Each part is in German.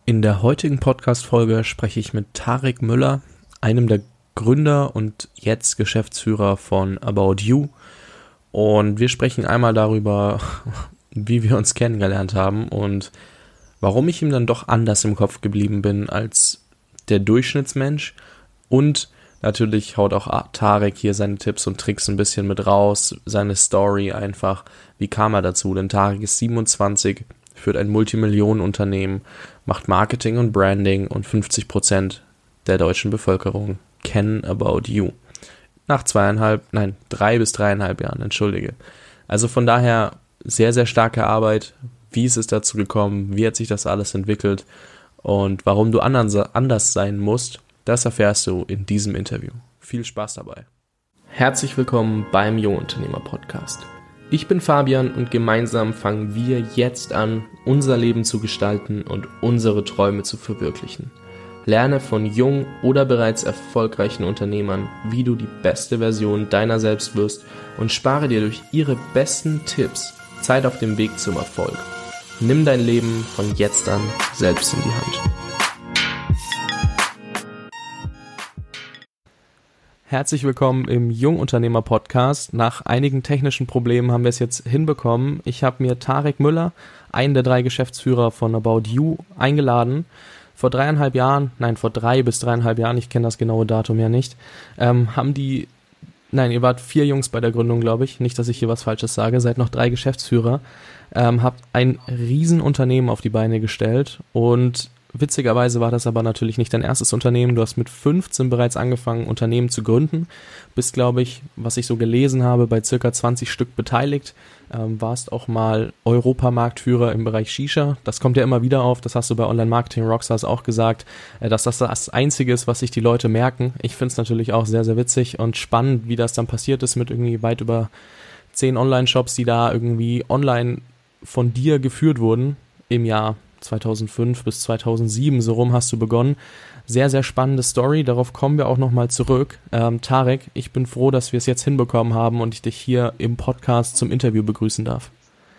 In der heutigen Podcast-Folge spreche ich mit Tarek Müller, einem der Gründer und jetzt Geschäftsführer von About You. Und wir sprechen einmal darüber, wie wir uns kennengelernt haben und warum ich ihm dann doch anders im Kopf geblieben bin als der Durchschnittsmensch. Und natürlich haut auch Tarek hier seine Tipps und Tricks ein bisschen mit raus, seine Story einfach. Wie kam er dazu? Denn Tarek ist 27, führt ein Multimillionenunternehmen, macht Marketing und Branding und 50% der deutschen Bevölkerung kennen About You. Nach 3 bis 3,5 Jahren, entschuldige. Also von daher sehr, sehr starke Arbeit. Wie ist es dazu gekommen? Wie hat sich das alles entwickelt? Und warum du anders sein musst, das erfährst du in diesem Interview. Viel Spaß dabei. Herzlich willkommen beim Jungunternehmer Podcast. Ich bin Fabian und gemeinsam fangen wir jetzt an, unser Leben zu gestalten und unsere Träume zu verwirklichen. Lerne von jungen oder bereits erfolgreichen Unternehmern, wie du die beste Version deiner selbst wirst und spare dir durch ihre besten Tipps Zeit auf dem Weg zum Erfolg. Nimm dein Leben von jetzt an selbst in die Hand. Herzlich willkommen im Jungunternehmer-Podcast. Nach einigen technischen Problemen haben wir es jetzt hinbekommen. Ich habe mir Tarek Müller, einen der 3 Geschäftsführer von About You, eingeladen. Vor 3 bis 3,5 Jahren, ich kenne das genaue Datum ja nicht, ihr wart 4 Jungs bei der Gründung, glaube ich. Nicht, dass ich hier was Falsches sage. Seid noch 3 Geschäftsführer. Habt ein Riesenunternehmen auf die Beine gestellt und witzigerweise war das aber natürlich nicht dein erstes Unternehmen. Du hast mit 15 bereits angefangen, Unternehmen zu gründen. Bist, glaube ich, was ich so gelesen habe, bei circa 20 Stück beteiligt. Warst auch mal Europamarktführer im Bereich Shisha. Das kommt ja immer wieder auf. Das hast du bei Online-Marketing Rockstars auch gesagt, dass das Einzige ist, was sich die Leute merken. Ich finde es natürlich auch sehr, sehr witzig und spannend, wie das dann passiert ist mit irgendwie weit über 10 Online-Shops, die da irgendwie online von dir geführt wurden im Jahr 2005 bis 2007, so rum hast du begonnen. Sehr, sehr spannende Story, darauf kommen wir auch nochmal zurück. Tarek, ich bin froh, dass wir es jetzt hinbekommen haben und ich dich hier im Podcast zum Interview begrüßen darf.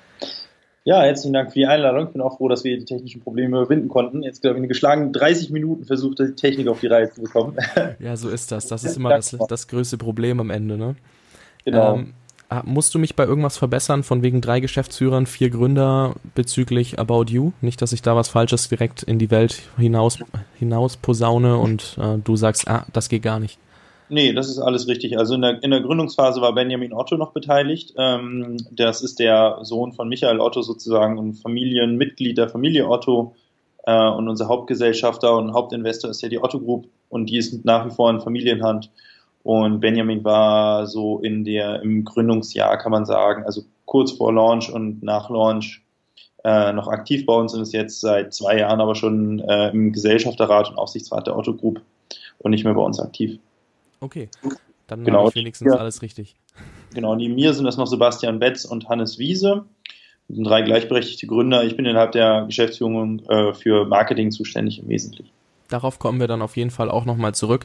Ja, herzlichen Dank für die Einladung. Ich bin auch froh, dass wir die technischen Probleme überwinden konnten. Jetzt, glaube ich, in geschlagenen 30 Minuten versucht, die Technik auf die Reihe zu bekommen. Ja, so ist das. Das ist immer das größte Problem am Ende, ne? Genau. Musst du mich bei irgendwas verbessern, von wegen 3 Geschäftsführern, 4 Gründer bezüglich About You? Nicht, dass ich da was Falsches direkt in die Welt hinaus posaune und du sagst, das geht gar nicht. Nee, das ist alles richtig. Also in der Gründungsphase war Benjamin Otto noch beteiligt. Das ist der Sohn von Michael Otto sozusagen und Familienmitglied der Familie Otto. Und unser Hauptgesellschafter und Hauptinvestor ist ja die Otto Group und die ist nach wie vor in Familienhand. Und Benjamin war so im Gründungsjahr, kann man sagen, also kurz vor Launch und nach Launch noch aktiv bei uns und ist jetzt seit 2 Jahren aber schon im Gesellschafterrat und Aufsichtsrat der Otto Group und nicht mehr bei uns aktiv. Okay, dann genau, habe ich wenigstens alles richtig. Genau, neben mir sind das noch Sebastian Betz und Hannes Wiese. Das sind 3 gleichberechtigte Gründer. Ich bin innerhalb der Geschäftsführung für Marketing zuständig im Wesentlichen. Darauf kommen wir dann auf jeden Fall auch nochmal zurück.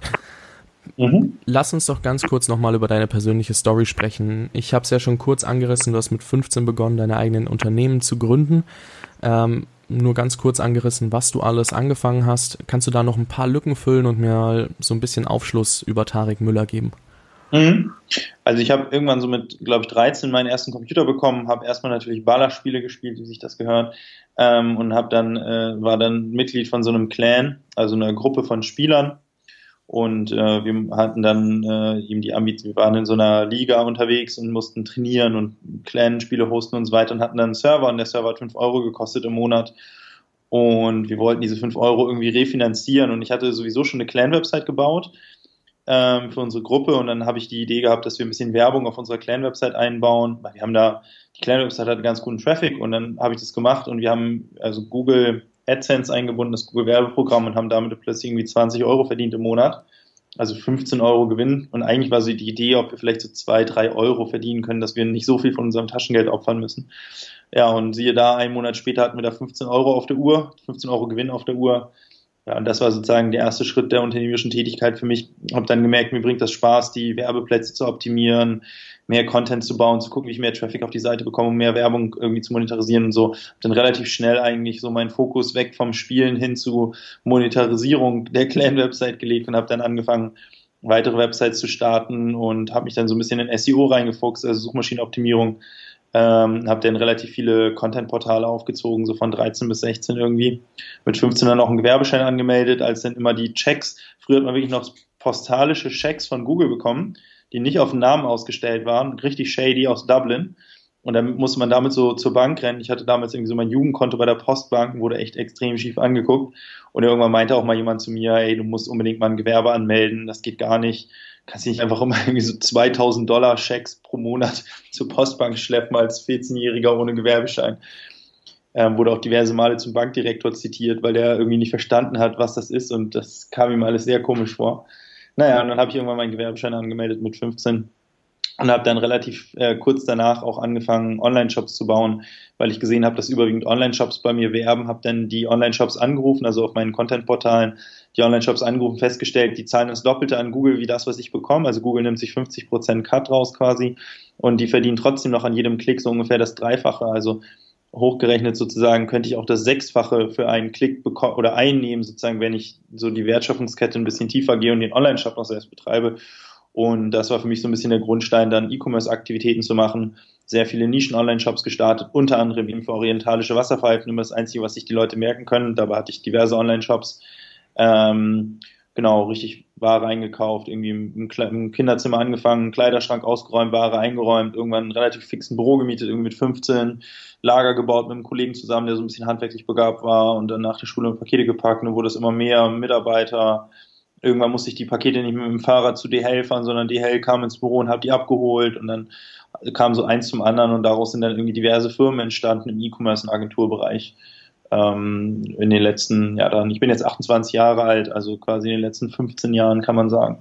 Lass uns doch ganz kurz nochmal über deine persönliche Story sprechen. Ich habe es ja schon kurz angerissen, du hast mit 15 begonnen, deine eigenen Unternehmen zu gründen. Nur ganz kurz angerissen, was du alles angefangen hast. Kannst du da noch ein paar Lücken füllen und mir so ein bisschen Aufschluss über Tarek Müller geben? Also ich habe irgendwann so mit, glaube ich, 13 meinen ersten Computer bekommen, habe erstmal natürlich Ballerspiele gespielt, wie sich das gehört, und war dann Mitglied von so einem Clan, also einer Gruppe von Spielern. Und wir hatten dann eben die Ambition, wir waren in so einer Liga unterwegs und mussten trainieren und Clan-Spiele hosten und so weiter und hatten dann einen Server und der Server hat 5 Euro gekostet im Monat und wir wollten diese 5 Euro irgendwie refinanzieren und ich hatte sowieso schon eine Clan-Website gebaut für unsere Gruppe und dann habe ich die Idee gehabt, dass wir ein bisschen Werbung auf unserer Clan-Website einbauen, weil die Clan-Website hat ganz guten Traffic und dann habe ich das gemacht und wir haben also Google AdSense eingebunden, das Google-Werbeprogramm und haben damit plötzlich irgendwie 20 Euro verdient im Monat. Also 15 Euro Gewinn. Und eigentlich war so die Idee, ob wir vielleicht so 2-3 Euro verdienen können, dass wir nicht so viel von unserem Taschengeld opfern müssen. Ja, und siehe da, einen Monat später hatten wir da 15 Euro auf der Uhr, 15 Euro Gewinn auf der Uhr. Ja, und das war sozusagen der erste Schritt der unternehmerischen Tätigkeit für mich. Habe dann gemerkt, mir bringt das Spaß, die Werbeplätze zu optimieren, mehr Content zu bauen, zu gucken, wie ich mehr Traffic auf die Seite bekomme, um mehr Werbung irgendwie zu monetarisieren und so. Hab dann relativ schnell eigentlich so meinen Fokus weg vom Spielen hin zu Monetarisierung der Clan-Website gelegt und habe dann angefangen, weitere Websites zu starten und habe mich dann so ein bisschen in SEO reingefuchst, also Suchmaschinenoptimierung. Habe dann relativ viele Content-Portale aufgezogen, so von 13 bis 16 irgendwie. Mit 15 dann auch einen Gewerbeschein angemeldet, als dann immer die Checks, früher hat man wirklich noch postalische Checks von Google bekommen, die nicht auf den Namen ausgestellt waren, richtig shady aus Dublin. Und dann musste man damit so zur Bank rennen. Ich hatte damals irgendwie so mein Jugendkonto bei der Postbank, wurde echt extrem schief angeguckt. Und irgendwann meinte auch mal jemand zu mir, ey, du musst unbedingt mal ein Gewerbe anmelden, das geht gar nicht. Kannst du nicht einfach immer irgendwie so $2.000 Schecks pro Monat zur Postbank schleppen als 14-Jähriger ohne Gewerbeschein. Wurde auch diverse Male zum Bankdirektor zitiert, weil der irgendwie nicht verstanden hat, was das ist, und das kam ihm alles sehr komisch vor. Naja, und dann habe ich irgendwann meinen Gewerbeschein angemeldet mit 15 und habe dann relativ kurz danach auch angefangen, Online-Shops zu bauen, weil ich gesehen habe, dass überwiegend Online-Shops bei mir werben, habe dann die Online-Shops angerufen, also auf meinen Content-Portalen die Online-Shops angerufen, festgestellt, die zahlen das Doppelte an Google wie das, was ich bekomme, also Google nimmt sich 50% Cut raus quasi und die verdienen trotzdem noch an jedem Klick so ungefähr das Dreifache, also hochgerechnet sozusagen könnte ich auch das Sechsfache für einen Klick bekommen oder einnehmen, sozusagen, wenn ich so die Wertschöpfungskette ein bisschen tiefer gehe und den Online-Shop noch selbst betreibe. Und das war für mich so ein bisschen der Grundstein, dann E-Commerce-Aktivitäten zu machen. Sehr viele Nischen-Online-Shops gestartet, unter anderem eben für orientalische Wasserpfeifen, immer das Einzige, was sich die Leute merken können. Dabei hatte ich diverse Online-Shops. Genau, richtig Ware eingekauft, irgendwie im Kinderzimmer angefangen, Kleiderschrank ausgeräumt, Ware eingeräumt, irgendwann ein relativ fixen Büro gemietet, irgendwie mit 15, Lager gebaut mit einem Kollegen zusammen, der so ein bisschen handwerklich begabt war, und dann nach der Schule Pakete gepackt, und dann wurde es immer mehr Mitarbeiter. Irgendwann musste ich die Pakete nicht mehr mit dem Fahrrad zu DHL fahren, sondern DHL kam ins Büro und hat die abgeholt, und dann kam so eins zum anderen, und daraus sind dann irgendwie diverse Firmen entstanden im E-Commerce- und Agenturbereich. In den letzten Jahren, ich bin jetzt 28 Jahre alt, also quasi in den letzten 15 Jahren, kann man sagen.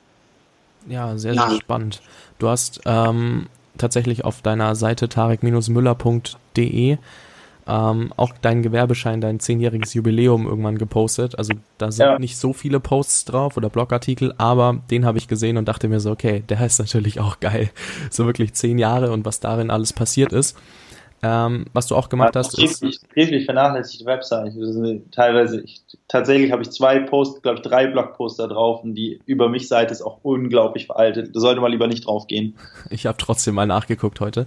Ja, sehr, sehr spannend. Du hast tatsächlich auf deiner Seite tarek-müller.de auch deinen Gewerbeschein, dein 10-jähriges Jubiläum irgendwann gepostet. Also da sind nicht so viele Posts drauf oder Blogartikel, aber den habe ich gesehen und dachte mir so, okay, der ist natürlich auch geil. So wirklich 10 Jahre und was darin alles passiert ist. Was du auch gemacht hast, ist sträflich vernachlässigte Website. Tatsächlich habe ich 2 Posts, glaube ich 3 Blogposts da drauf, und die Über mich Seite ist auch unglaublich veraltet. Da sollte man lieber nicht drauf gehen. Ich habe trotzdem mal nachgeguckt heute.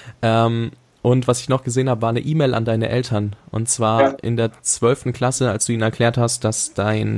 Und was ich noch gesehen habe, war eine E-Mail an deine Eltern. Und zwar in der 12. Klasse, als du ihnen erklärt hast, dass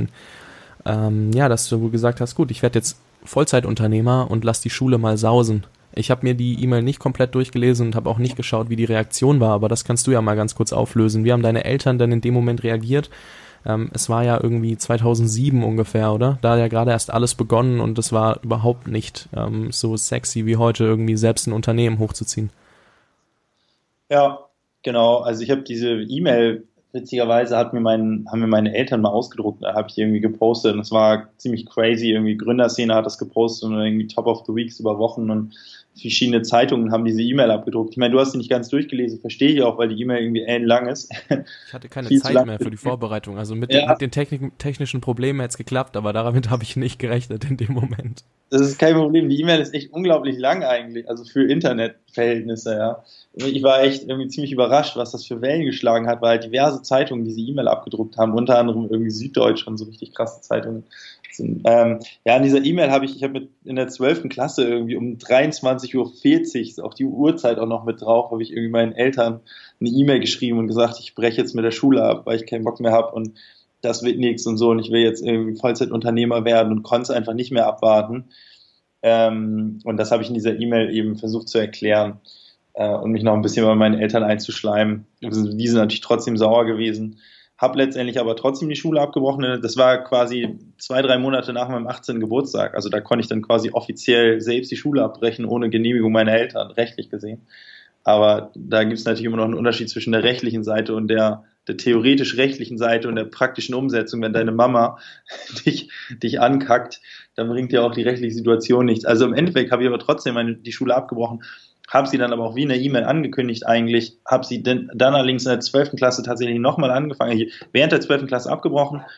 dass du gesagt hast, gut, ich werde jetzt Vollzeitunternehmer und lass die Schule mal sausen. Ich habe mir die E-Mail nicht komplett durchgelesen und habe auch nicht geschaut, wie die Reaktion war, aber das kannst du ja mal ganz kurz auflösen. Wie haben deine Eltern denn in dem Moment reagiert? Es war ja irgendwie 2007 ungefähr, oder? Da hat ja gerade erst alles begonnen und es war überhaupt nicht so sexy wie heute, irgendwie selbst ein Unternehmen hochzuziehen. Ja, genau. Also ich habe diese E-Mail, witzigerweise haben mir meine Eltern mal ausgedruckt, da habe ich irgendwie gepostet, und es war ziemlich crazy, irgendwie Gründerszene hat das gepostet und irgendwie Top of the Weeks über Wochen, und verschiedene Zeitungen haben diese E-Mail abgedruckt. Ich meine, du hast sie nicht ganz durchgelesen, verstehe ich auch, weil die E-Mail irgendwie lang ist. Ich hatte keine Zeit mehr für die Vorbereitung, also mit den technischen Problemen hätte es geklappt, aber damit habe ich nicht gerechnet in dem Moment. Das ist kein Problem, die E-Mail ist echt unglaublich lang eigentlich, also für Internetverhältnisse, ja. Ich war echt irgendwie ziemlich überrascht, was das für Wellen geschlagen hat, weil halt diverse Zeitungen diese E-Mail abgedruckt haben, unter anderem irgendwie Süddeutsch und so richtig krasse Zeitungen. In dieser E-Mail habe ich in der 12. Klasse irgendwie um 23:40 Uhr, auch die Uhrzeit auch noch mit drauf, habe ich irgendwie meinen Eltern eine E-Mail geschrieben und gesagt, ich breche jetzt mit der Schule ab, weil ich keinen Bock mehr habe und das wird nichts und so, und ich will jetzt irgendwie Vollzeitunternehmer werden, und konnte es einfach nicht mehr abwarten. Und das habe ich in dieser E-Mail eben versucht zu erklären und mich noch ein bisschen bei meinen Eltern einzuschleimen. Die sind natürlich trotzdem sauer gewesen. Habe letztendlich aber trotzdem die Schule abgebrochen. Das war quasi 2-3 Monate nach meinem 18. Geburtstag. Also da konnte ich dann quasi offiziell selbst die Schule abbrechen, ohne Genehmigung meiner Eltern, rechtlich gesehen. Aber da gibt es natürlich immer noch einen Unterschied zwischen der rechtlichen Seite und der theoretisch-rechtlichen Seite und der praktischen Umsetzung. Wenn deine Mama dich ankackt, dann bringt dir auch die rechtliche Situation nichts. Also im Endeffekt habe ich aber trotzdem die Schule abgebrochen, habe sie dann aber auch wie in der E-Mail angekündigt eigentlich, habe sie dann allerdings in der 12. Klasse tatsächlich nochmal angefangen, während der 12. Klasse abgebrochen,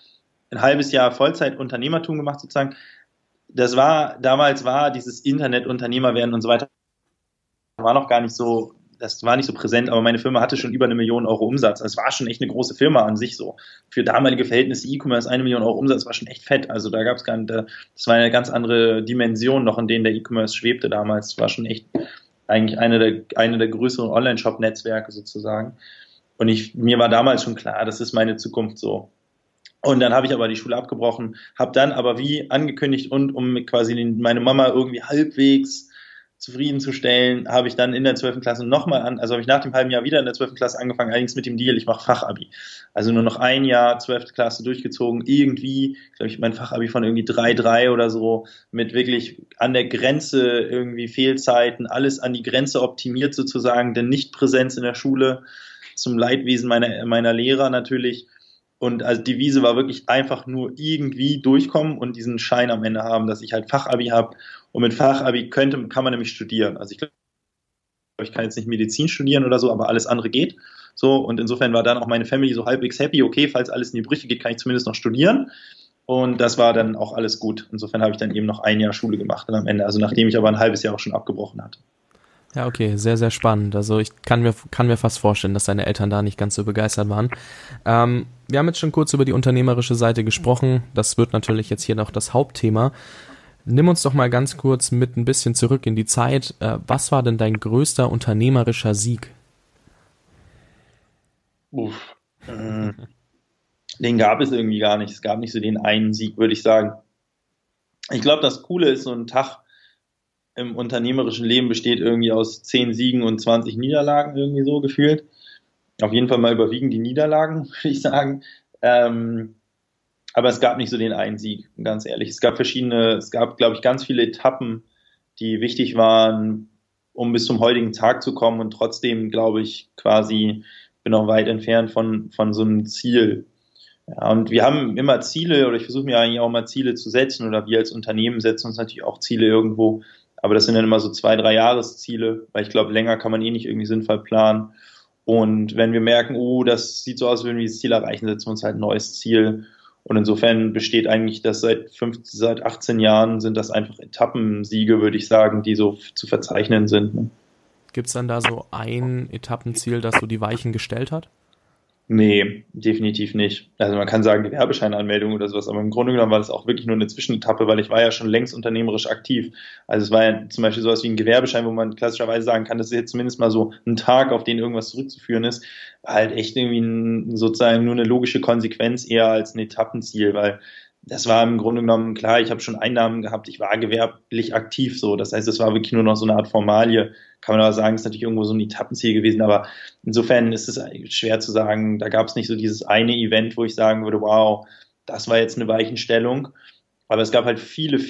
ein halbes Jahr Vollzeit-Unternehmertum gemacht sozusagen. Damals war dieses Internet-Unternehmer werden und so weiter, war noch gar nicht so, das war nicht so präsent, aber meine Firma hatte schon über 1 Million Euro Umsatz. Also es war schon echt eine große Firma an sich so. Für damalige Verhältnisse E-Commerce 1 Million Euro Umsatz war schon echt fett. Also da gab es gar nicht, das war eine ganz andere Dimension noch, in denen der E-Commerce schwebte damals. Es war schon echt eigentlich eine der größeren Online-Shop-Netzwerke sozusagen. Und mir war damals schon klar, das ist meine Zukunft so. Und dann habe ich aber die Schule abgebrochen, habe dann aber wie angekündigt und um quasi meine Mama irgendwie halbwegs zufriedenzustellen, habe ich dann in der 12. Klasse also habe ich nach dem halben Jahr wieder in der 12. Klasse angefangen, allerdings mit dem Deal, ich mache Fachabi. Also nur noch ein Jahr 12. Klasse durchgezogen, irgendwie, glaube ich, mein Fachabi von irgendwie 3,3 oder so, mit wirklich an der Grenze irgendwie Fehlzeiten, alles an die Grenze optimiert sozusagen, denn Nichtpräsenz in der Schule, zum Leidwesen meiner Lehrer natürlich. Und also die Devise war wirklich einfach nur irgendwie durchkommen und diesen Schein am Ende haben, dass ich halt Fachabi habe. Und mit Fachabi kann man nämlich studieren. Also ich glaube, ich kann jetzt nicht Medizin studieren oder so, aber alles andere geht. So, und insofern war dann auch meine Family so halbwegs happy. Okay, falls alles in die Brüche geht, kann ich zumindest noch studieren. Und das war dann auch alles gut. Insofern habe ich dann eben noch ein Jahr Schule gemacht dann am Ende. Also nachdem ich aber ein halbes Jahr auch schon abgebrochen hatte. Ja, okay, sehr, sehr spannend. Also ich kann mir fast vorstellen, dass deine Eltern da nicht ganz so begeistert waren. Wir haben jetzt schon kurz über die unternehmerische Seite gesprochen. Das wird natürlich jetzt hier noch das Hauptthema. Nimm uns doch mal ganz kurz mit ein bisschen zurück in die Zeit. Was war denn dein größter unternehmerischer Sieg? Den gab es irgendwie gar nicht. Es gab nicht so den einen Sieg, würde ich sagen. Ich glaube, das Coole ist, so ein Tag im unternehmerischen Leben besteht irgendwie aus 10 Siegen und 20 Niederlagen, irgendwie so gefühlt. Auf jeden Fall mal überwiegen die Niederlagen, würde ich sagen. Aber es gab nicht so den einen Sieg, ganz ehrlich. Es gab, glaube ich, ganz viele Etappen, die wichtig waren, um bis zum heutigen Tag zu kommen. Und trotzdem, glaube ich, quasi bin auch weit entfernt von so einem Ziel. Ja, und wir haben immer Ziele, oder ich versuche mir eigentlich auch mal Ziele zu setzen, oder wir als Unternehmen setzen uns natürlich auch Ziele irgendwo. Aber das sind dann immer so 2-3 Jahresziele, weil ich glaube, länger kann man eh nicht irgendwie sinnvoll planen. Und wenn wir merken, das sieht so aus, wenn wir das Ziel erreichen, setzen wir uns halt ein neues Ziel. Und insofern besteht eigentlich das seit 18 Jahren sind das einfach Etappensiege, würde ich sagen, die so zu verzeichnen sind. Ne? Gibt es dann da so ein Etappenziel, das so die Weichen gestellt hat? Nee, definitiv nicht. Also man kann sagen Gewerbescheinanmeldung oder sowas, aber im Grunde genommen war das auch wirklich nur eine Zwischenetappe, weil ich war ja schon längst unternehmerisch aktiv. Also es war ja zum Beispiel sowas wie ein Gewerbeschein, wo man klassischerweise sagen kann, das ist jetzt zumindest mal so ein Tag, auf den irgendwas zurückzuführen ist, war halt echt irgendwie sozusagen nur eine logische Konsequenz eher als ein Etappenziel, weil das war im Grunde genommen klar, ich habe schon Einnahmen gehabt, ich war gewerblich aktiv so, das heißt, es war wirklich nur noch so eine Art Formalie, kann man aber sagen, ist natürlich irgendwo so ein Etappenziel gewesen, aber insofern ist es schwer zu sagen, da gab es nicht so dieses eine Event, wo ich sagen würde, wow, das war jetzt eine Weichenstellung, aber es gab halt viele,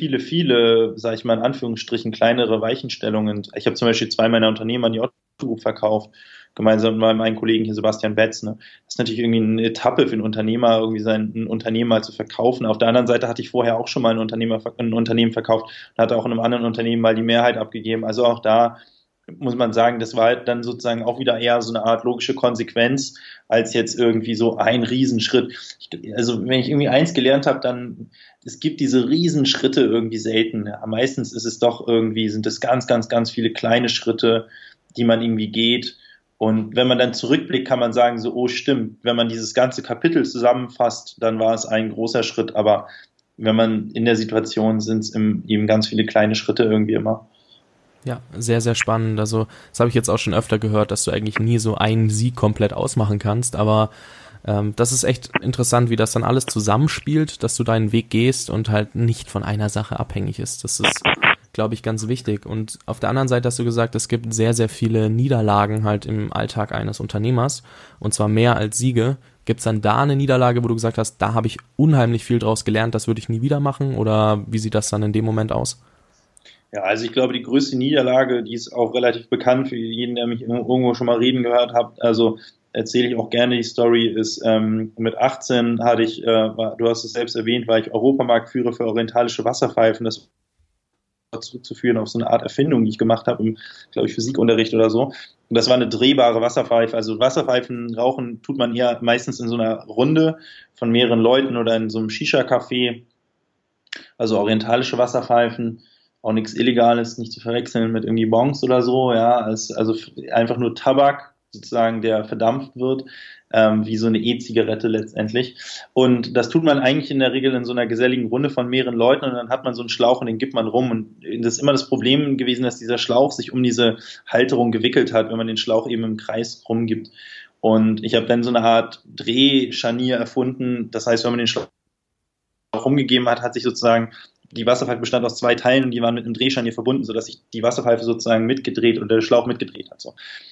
sage ich mal in Anführungsstrichen, kleinere Weichenstellungen. Ich habe zum Beispiel 2 meiner Unternehmen an die Otto Group verkauft, gemeinsam mit meinem Kollegen hier Sebastian Betz. Ne? Das ist natürlich irgendwie eine Etappe für einen Unternehmer, irgendwie sein Unternehmen mal zu verkaufen. Auf der anderen Seite hatte ich vorher auch schon mal ein Unternehmen verkauft und hatte auch in einem anderen Unternehmen mal die Mehrheit abgegeben. Also auch da muss man sagen, das war halt dann sozusagen auch wieder eher so eine Art logische Konsequenz, als jetzt irgendwie so ein Riesenschritt. Also wenn ich irgendwie eins gelernt habe, dann, es gibt diese Riesenschritte irgendwie selten. Ja, meistens ist es doch irgendwie, sind es ganz, ganz, ganz viele kleine Schritte, die man irgendwie geht. Und wenn man dann zurückblickt, kann man sagen, so, stimmt, wenn man dieses ganze Kapitel zusammenfasst, dann war es ein großer Schritt, aber wenn man in der Situation sind es eben ganz viele kleine Schritte irgendwie immer. Ja, sehr, sehr spannend. Also das habe ich jetzt auch schon öfter gehört, dass du eigentlich nie so einen Sieg komplett ausmachen kannst, aber das ist echt interessant, wie das dann alles zusammenspielt, dass du deinen Weg gehst und halt nicht von einer Sache abhängig ist. Das ist, glaube ich, ganz wichtig. Und auf der anderen Seite hast du gesagt, es gibt sehr, sehr viele Niederlagen halt im Alltag eines Unternehmers und zwar mehr als Siege. Gibt es dann da eine Niederlage, wo du gesagt hast, da habe ich unheimlich viel draus gelernt, das würde ich nie wieder machen, oder wie sieht das dann in dem Moment aus? Ja, also ich glaube, die größte Niederlage, die ist auch relativ bekannt für jeden, der mich irgendwo schon mal reden gehört hat, also erzähle ich auch gerne die Story, ist mit 18 hatte ich, du hast es selbst erwähnt, war ich Europamarktführer für orientalische Wasserpfeifen. Das war zurückzuführen auf so eine Art Erfindung, die ich gemacht habe im, glaube ich, Physikunterricht oder so. Und das war eine drehbare Wasserpfeife. Also Wasserpfeifen rauchen tut man eher meistens in so einer Runde von mehreren Leuten oder in so einem Shisha-Café. Also orientalische Wasserpfeifen, auch nichts Illegales, nicht zu verwechseln mit irgendwie Bongs oder so, ja, also einfach nur Tabak sozusagen, der verdampft wird, wie so eine E-Zigarette letztendlich. Und das tut man eigentlich in der Regel in so einer geselligen Runde von mehreren Leuten und dann hat man so einen Schlauch und den gibt man rum. Und das ist immer das Problem gewesen, dass dieser Schlauch sich um diese Halterung gewickelt hat, wenn man den Schlauch eben im Kreis rumgibt. Und ich habe dann so eine Art Drehscharnier erfunden. Das heißt, wenn man den Schlauch rumgegeben hat, hat sich sozusagen die Wasserpfeife bestand aus 2 Teilen und die waren mit einem Drehscharnier verbunden, sodass sich die Wasserpfeife sozusagen mitgedreht und der Schlauch mitgedreht hat. So.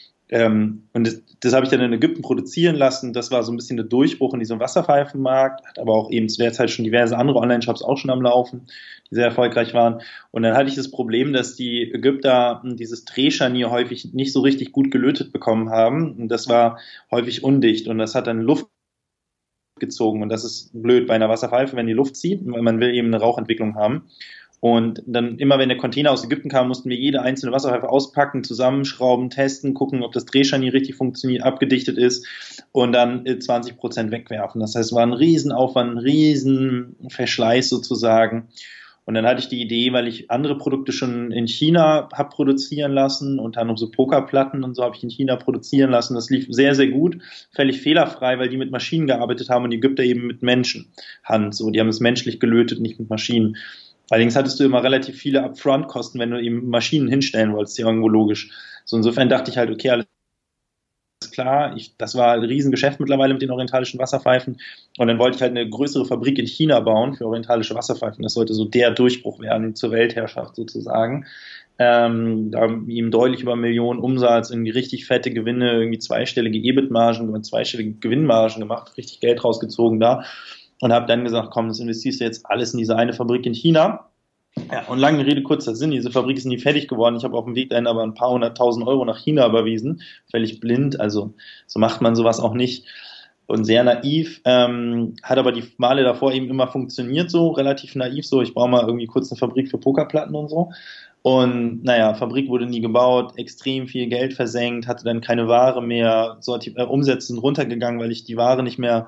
Und das habe ich dann in Ägypten produzieren lassen. Das war so ein bisschen der Durchbruch in diesem Wasserpfeifenmarkt, hat aber auch eben zu der Zeit schon diverse andere Online-Shops auch schon am Laufen, die sehr erfolgreich waren. Und dann hatte ich das Problem, dass die Ägypter dieses Drehscharnier häufig nicht so richtig gut gelötet bekommen haben. Und das war häufig undicht und das hat dann Luft gezogen. Und das ist blöd bei einer Wasserpfeife, wenn die Luft zieht, weil man will eben eine Rauchentwicklung haben. Und dann immer, wenn der Container aus Ägypten kam, mussten wir jede einzelne Wasserpfeife auspacken, zusammenschrauben, testen, gucken, ob das Drehscharnier richtig funktioniert, abgedichtet ist und dann 20% wegwerfen. Das heißt, es war ein Riesenaufwand, ein Riesenverschleiß sozusagen. Und dann hatte ich die Idee, weil ich andere Produkte schon in China habe produzieren lassen, unter anderem so Pokerplatten und so habe ich in China produzieren lassen. Das lief sehr, sehr gut, völlig fehlerfrei, weil die mit Maschinen gearbeitet haben und die Ägypter eben mit Menschenhand. So, die haben es menschlich gelötet, nicht mit Maschinen. Allerdings hattest du immer relativ viele Upfront-Kosten, wenn du eben Maschinen hinstellen wolltest, ja irgendwo logisch. So insofern dachte ich halt, okay, alles klar, das war ein Riesengeschäft mittlerweile mit den orientalischen Wasserpfeifen und dann wollte ich halt eine größere Fabrik in China bauen für orientalische Wasserpfeifen. Das sollte so der Durchbruch werden zur Weltherrschaft sozusagen. Da ihm deutlich über Millionen Umsatz, irgendwie richtig fette Gewinne, irgendwie zweistellige EBIT-Margen, zweistellige Gewinnmargen gemacht, richtig Geld rausgezogen da. Und habe dann gesagt, komm, das investierst du jetzt alles in diese eine Fabrik in China. Ja, und lange Rede, kurzer Sinn, diese Fabrik ist nie fertig geworden. Ich habe auf dem Weg dahin aber ein paar 100.000 Euro nach China überwiesen, völlig blind, also so macht man sowas auch nicht. Und sehr naiv, hat aber die Male davor eben immer funktioniert so, relativ naiv so, ich brauche mal irgendwie kurz eine Fabrik für Pokerplatten und so. Und naja, Fabrik wurde nie gebaut, extrem viel Geld versenkt, hatte dann keine Ware mehr, Umsätze sind runtergegangen, weil ich die Ware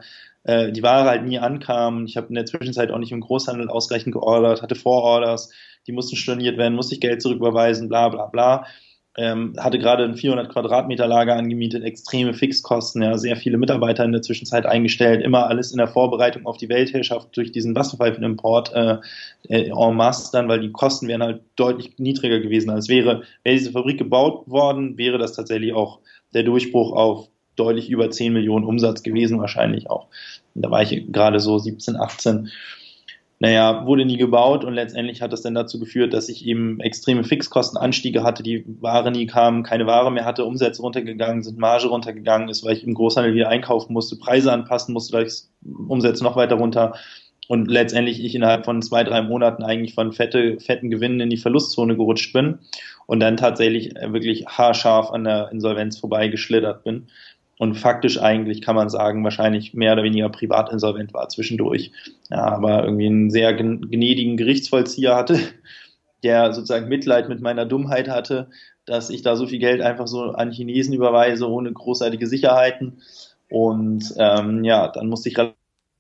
halt nie ankam. Ich habe in der Zwischenzeit auch nicht im Großhandel ausreichend geordert, hatte Vororders, die mussten storniert werden, musste ich Geld zurücküberweisen, bla bla bla. Hatte gerade ein 400 Quadratmeter Lager angemietet, extreme Fixkosten, ja, sehr viele Mitarbeiter in der Zwischenzeit eingestellt, immer alles in der Vorbereitung auf die Weltherrschaft durch diesen Wasserpfeifenimport en masse dann, weil die Kosten wären halt deutlich niedriger gewesen. Als wäre diese Fabrik gebaut worden, wäre das tatsächlich auch der Durchbruch auf deutlich über 10 Millionen Umsatz gewesen wahrscheinlich auch. Und da war ich gerade so 17, 18. Naja, wurde nie gebaut und letztendlich hat das dann dazu geführt, dass ich eben extreme Fixkostenanstiege hatte, die Ware nie kam, keine Ware mehr hatte, Umsätze runtergegangen sind, Marge runtergegangen ist, weil ich im Großhandel wieder einkaufen musste, Preise anpassen musste, weil ich Umsätze noch weiter runter und letztendlich ich innerhalb von 2, 3 Monaten eigentlich von fetten Gewinnen in die Verlustzone gerutscht bin und dann tatsächlich wirklich haarscharf an der Insolvenz vorbeigeschlittert bin. Und faktisch eigentlich kann man sagen, wahrscheinlich mehr oder weniger privat insolvent war zwischendurch. Ja, aber irgendwie einen sehr gnädigen Gerichtsvollzieher hatte, der sozusagen Mitleid mit meiner Dummheit hatte, dass ich da so viel Geld einfach so an Chinesen überweise, ohne großartige Sicherheiten. Und dann musste ich relativ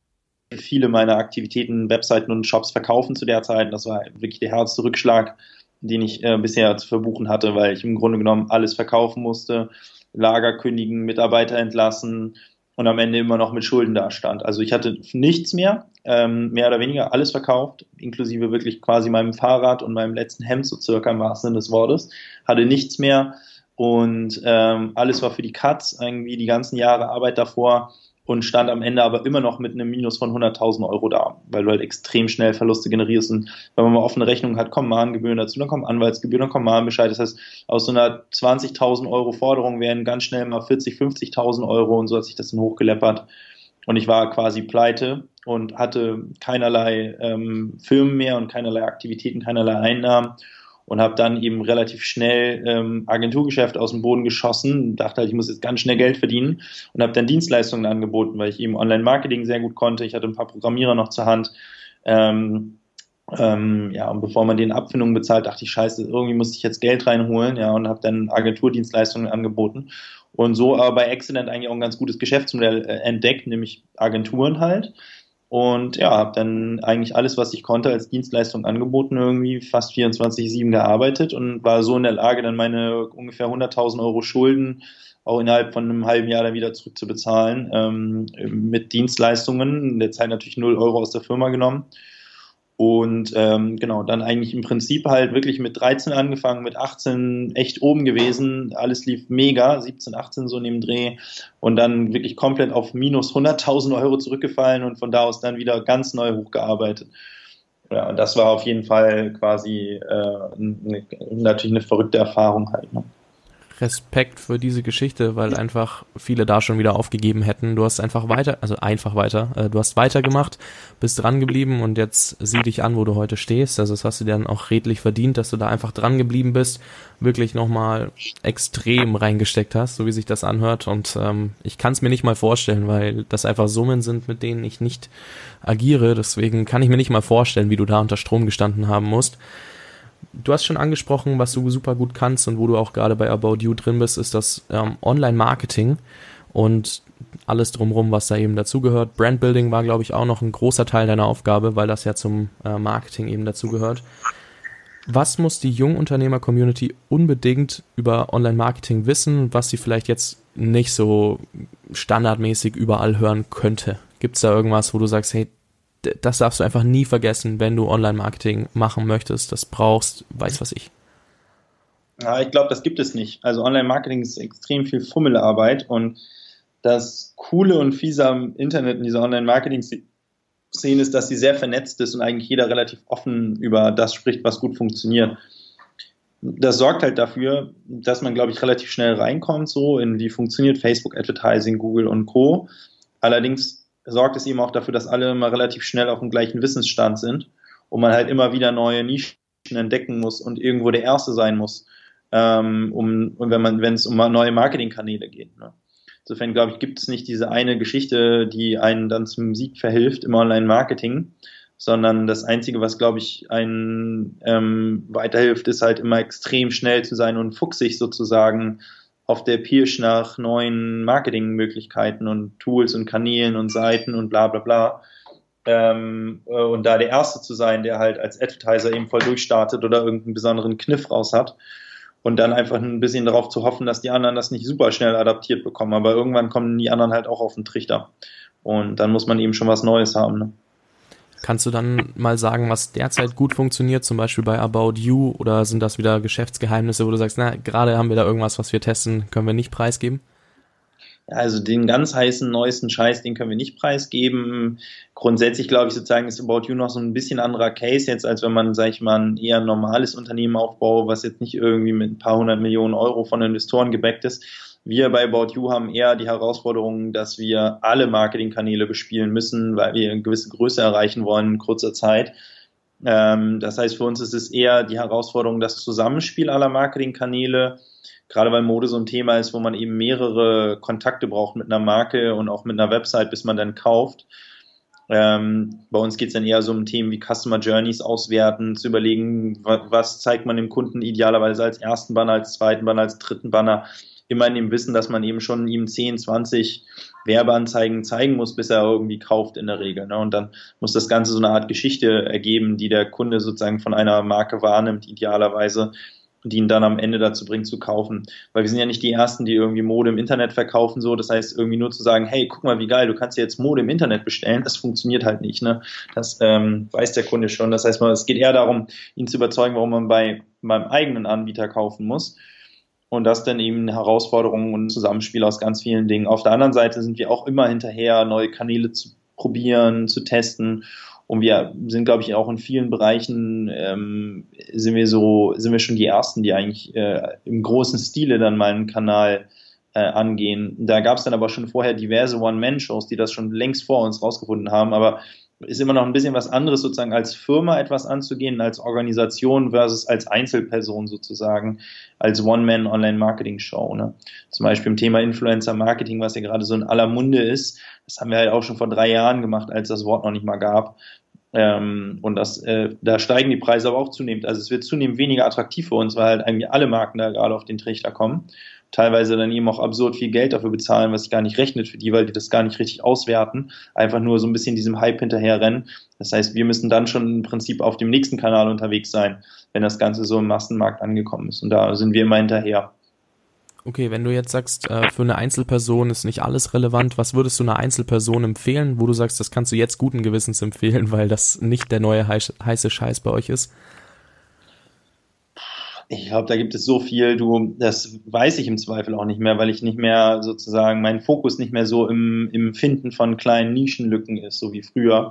viele meiner Aktivitäten, Webseiten und Shops verkaufen zu der Zeit. Das war wirklich der härteste Rückschlag, den ich bisher zu verbuchen hatte, weil ich im Grunde genommen alles verkaufen musste. Lager kündigen, Mitarbeiter entlassen und am Ende immer noch mit Schulden dastand. Also ich hatte nichts mehr, mehr oder weniger alles verkauft, inklusive wirklich quasi meinem Fahrrad und meinem letzten Hemd, so circa im wahrsten Sinne des Wortes, hatte nichts mehr und alles war für die Katz, irgendwie die ganzen Jahre Arbeit davor und stand am Ende aber immer noch mit einem Minus von 100.000 Euro da, weil du halt extrem schnell Verluste generierst und wenn man mal offene Rechnung hat, kommen Mahngebühren dazu, dann kommen Anwaltsgebühren, dann kommen Mahnbescheid, das heißt, aus so einer 20.000 Euro Forderung wären ganz schnell mal 40.000, 50.000 Euro und so hat sich das dann hochgeleppert und ich war quasi pleite und hatte keinerlei Firmen mehr und keinerlei Aktivitäten, keinerlei Einnahmen und habe dann eben relativ schnell Agenturgeschäft aus dem Boden geschossen, dachte halt, ich muss jetzt ganz schnell Geld verdienen und habe dann Dienstleistungen angeboten, weil ich eben Online-Marketing sehr gut konnte, ich hatte ein paar Programmierer noch zur Hand Ja, und bevor man den Abfindungen bezahlt, dachte ich, scheiße, irgendwie muss ich jetzt Geld reinholen, ja, und habe dann Agenturdienstleistungen angeboten. Und so aber bei Accident eigentlich auch ein ganz gutes Geschäftsmodell entdeckt, nämlich Agenturen halt. Und ja, habe dann eigentlich alles, was ich konnte, als Dienstleistung angeboten, irgendwie fast 24/7 gearbeitet und war so in der Lage, dann meine ungefähr 100.000 Euro Schulden auch innerhalb von einem halben Jahr dann wieder zurückzubezahlen, mit Dienstleistungen, in der Zeit natürlich 0 € aus der Firma genommen. Und genau, dann eigentlich im Prinzip halt wirklich mit 13 angefangen, mit 18 echt oben gewesen. Alles lief mega, 17, 18 so in dem Dreh. Und dann wirklich komplett auf minus 100.000 Euro zurückgefallen und von da aus dann wieder ganz neu hochgearbeitet. Ja, und das war auf jeden Fall quasi natürlich eine verrückte Erfahrung halt. Ne? Respekt für diese Geschichte, weil einfach viele da schon wieder aufgegeben hätten. Du hast einfach weiter, du hast weitergemacht, bist dran geblieben und jetzt sieh dich an, wo du heute stehst. Also das hast du dir dann auch redlich verdient, dass du da einfach dran geblieben bist, wirklich nochmal extrem reingesteckt hast, so wie sich das anhört. Und ich kann es mir nicht mal vorstellen, weil das einfach Summen sind, mit denen ich nicht agiere. Deswegen kann ich mir nicht mal vorstellen, wie du da unter Strom gestanden haben musst. Du hast schon angesprochen, was du super gut kannst und wo du auch gerade bei About You drin bist, ist das Online-Marketing und alles drumherum, was da eben dazugehört. Brandbuilding war, glaube ich, auch noch ein großer Teil deiner Aufgabe, weil das ja zum Marketing eben dazugehört. Was muss die Jungunternehmer-Community unbedingt über Online-Marketing wissen, was sie vielleicht jetzt nicht so standardmäßig überall hören könnte? Gibt es da irgendwas, wo du sagst, hey, das darfst du einfach nie vergessen, wenn du Online-Marketing machen möchtest, das brauchst, weiß was ich. Ja, ich glaube, das gibt es nicht. Also Online-Marketing ist extrem viel Fummelarbeit und das Coole und Fiese am Internet in dieser Online-Marketing-Szene ist, dass sie sehr vernetzt ist und eigentlich jeder relativ offen über das spricht, was gut funktioniert. Das sorgt halt dafür, dass man, glaube ich, relativ schnell reinkommt, so in wie funktioniert Facebook Advertising, Google und Co. Allerdings sorgt es eben auch dafür, dass alle immer relativ schnell auf dem gleichen Wissensstand sind und man halt immer wieder neue Nischen entdecken muss und irgendwo der Erste sein muss, wenn es um neue Marketingkanäle geht. Ne? Insofern, glaube ich, gibt es nicht diese eine Geschichte, die einen dann zum Sieg verhilft im Online-Marketing, sondern das Einzige, was, glaube ich, einen weiterhilft, ist halt immer extrem schnell zu sein und fuchsig sozusagen auf der Pirsch nach neuen Marketingmöglichkeiten und Tools und Kanälen und Seiten und bla bla bla. Und da der Erste zu sein, der halt als Advertiser eben voll durchstartet oder irgendeinen besonderen Kniff raus hat und dann einfach ein bisschen darauf zu hoffen, dass die anderen das nicht super schnell adaptiert bekommen. Aber irgendwann kommen die anderen halt auch auf den Trichter. Und dann muss man eben schon was Neues haben. Ne? Kannst du dann mal sagen, was derzeit gut funktioniert, zum Beispiel bei About You, oder sind das wieder Geschäftsgeheimnisse, wo du sagst, na, gerade haben wir da irgendwas, was wir testen, können wir nicht preisgeben? Also den ganz heißen, neuesten Scheiß, den können wir nicht preisgeben. Grundsätzlich, glaube ich, sozusagen ist About You noch so ein bisschen anderer Case jetzt, als wenn man, sag ich mal, ein eher normales Unternehmen aufbaut, was jetzt nicht irgendwie mit ein paar 100 Millionen Euro von Investoren gebackt ist. Wir bei About You haben eher die Herausforderung, dass wir alle Marketingkanäle bespielen müssen, weil wir eine gewisse Größe erreichen wollen in kurzer Zeit. Das heißt, für uns ist es eher die Herausforderung, das Zusammenspiel aller Marketingkanäle, gerade weil Mode so ein Thema ist, wo man eben mehrere Kontakte braucht mit einer Marke und auch mit einer Website, bis man dann kauft. Bei uns geht es dann eher so um Themen wie Customer Journeys auswerten, zu überlegen, was zeigt man dem Kunden idealerweise als ersten Banner, als zweiten Banner, als dritten Banner, immer in dem Wissen, dass man eben schon ihm 10, 20 Werbeanzeigen zeigen muss, bis er irgendwie kauft in der Regel. Ne? Und dann muss das Ganze so eine Art Geschichte ergeben, die der Kunde sozusagen von einer Marke wahrnimmt, idealerweise, die ihn dann am Ende dazu bringt zu kaufen. Weil wir sind ja nicht die Ersten, die irgendwie Mode im Internet verkaufen, so. Das heißt, irgendwie nur zu sagen, hey, guck mal, wie geil, du kannst jetzt Mode im Internet bestellen, das funktioniert halt nicht. Ne? Das weiß der Kunde schon. Das heißt, es geht eher darum, ihn zu überzeugen, warum man bei meinem eigenen Anbieter kaufen muss. Und das dann eben eine Herausforderung und ein Zusammenspiel aus ganz vielen Dingen. Auf der anderen Seite sind wir auch immer hinterher, neue Kanäle zu probieren, zu testen. Und wir sind, glaube ich, auch in vielen Bereichen sind wir schon die Ersten, die eigentlich im großen Stile dann mal einen Kanal angehen. Da gab es dann aber schon vorher diverse One-Man-Shows, die das schon längst vor uns rausgefunden haben. Aber ist immer noch ein bisschen was anderes, sozusagen als Firma etwas anzugehen, als Organisation versus als Einzelperson sozusagen, als One-Man-Online-Marketing-Show. Ne? Zum Beispiel im Thema Influencer-Marketing, was ja gerade so in aller Munde ist. Das haben wir halt auch schon vor 3 Jahren gemacht, als das Wort noch nicht mal gab. Und da steigen die Preise aber auch zunehmend. Also es wird zunehmend weniger attraktiv für uns, weil halt eigentlich alle Marken da gerade auf den Trichter kommen. Teilweise dann eben auch absurd viel Geld dafür bezahlen, was sich gar nicht rechnet für die, weil die das gar nicht richtig auswerten. Einfach nur so ein bisschen diesem Hype hinterherrennen. Das heißt, wir müssen dann schon im Prinzip auf dem nächsten Kanal unterwegs sein, wenn das Ganze so im Massenmarkt angekommen ist. Und da sind wir immer hinterher. Okay, wenn du jetzt sagst, für eine Einzelperson ist nicht alles relevant, was würdest du einer Einzelperson empfehlen, wo du sagst, das kannst du jetzt guten Gewissens empfehlen, weil das nicht der neue heiße Scheiß bei euch ist? Ich glaube, da gibt es so viel, das weiß ich im Zweifel auch nicht mehr, weil ich nicht mehr sozusagen, mein Fokus nicht mehr so im Finden von kleinen Nischenlücken ist, so wie früher.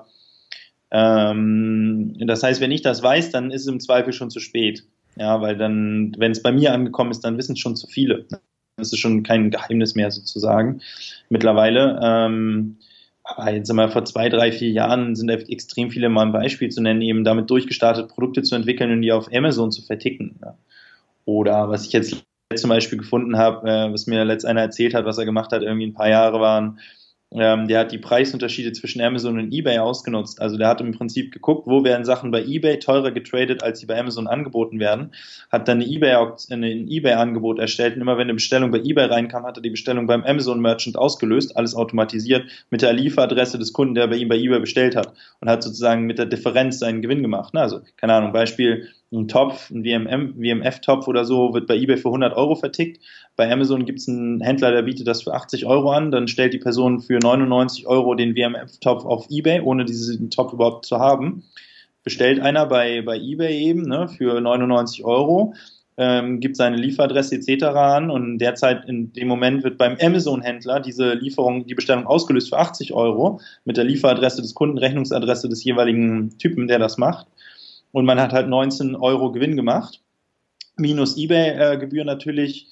Das heißt, wenn ich das weiß, dann ist es im Zweifel schon zu spät. Ja, weil dann, wenn es bei mir angekommen ist, dann wissen es schon zu viele. Das ist schon kein Geheimnis mehr sozusagen mittlerweile. Aber jetzt einmal vor 2, 3, 4 Jahren sind extrem viele, mal ein Beispiel zu nennen, eben damit durchgestartet, Produkte zu entwickeln und die auf Amazon zu verticken. Ja. Oder was ich jetzt zum Beispiel gefunden habe, was mir letzt einer erzählt hat, was er gemacht hat, irgendwie ein paar Jahre waren, der hat die Preisunterschiede zwischen Amazon und eBay ausgenutzt. Also der hat im Prinzip geguckt, wo werden Sachen bei eBay teurer getradet, als sie bei Amazon angeboten werden, hat dann ein eBay-Angebot erstellt und immer wenn eine Bestellung bei eBay reinkam, hat er die Bestellung beim Amazon-Merchant ausgelöst, alles automatisiert mit der Lieferadresse des Kunden, der bei ihm bei eBay bestellt hat und hat sozusagen mit der Differenz seinen Gewinn gemacht. Also, keine Ahnung, Beispiel, ein Topf, ein WMF-Topf oder so, wird bei eBay für 100 Euro vertickt. Bei Amazon gibt es einen Händler, der bietet das für 80 Euro an. Dann stellt die Person für 99 Euro den WMF-Topf auf eBay, ohne diesen Topf überhaupt zu haben. Bestellt einer bei eBay eben für 99 Euro, gibt seine Lieferadresse etc. an und derzeit in dem Moment wird beim Amazon-Händler die Bestellung ausgelöst für 80 Euro mit der Lieferadresse des Kunden, Rechnungsadresse des jeweiligen Typen, der das macht. Und man hat halt 19 Euro Gewinn gemacht, minus eBay-Gebühr natürlich,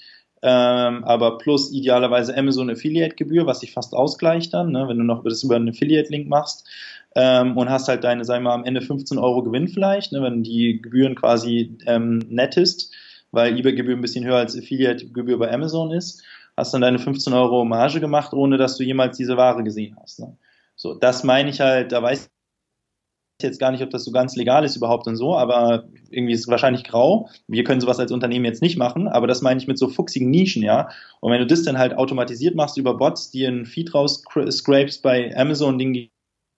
aber plus idealerweise Amazon Affiliate-Gebühr, was sich fast ausgleicht dann, ne, wenn du noch das über einen Affiliate-Link machst und hast halt deine, sagen wir mal, am Ende 15 Euro Gewinn vielleicht, ne, wenn die Gebühren quasi nettest, weil eBay-Gebühr ein bisschen höher als Affiliate-Gebühr bei Amazon ist, hast dann deine 15 Euro Marge gemacht, ohne dass du jemals diese Ware gesehen hast. Ne. So, das meine ich halt, da weiß jetzt gar nicht, ob das so ganz legal ist überhaupt und so, aber irgendwie ist es wahrscheinlich grau. Wir können sowas als Unternehmen jetzt nicht machen, aber das meine ich mit so fuchsigen Nischen, ja. Und wenn du das dann halt automatisiert machst über Bots, die einen Feed rausscrapest bei Amazon, gegen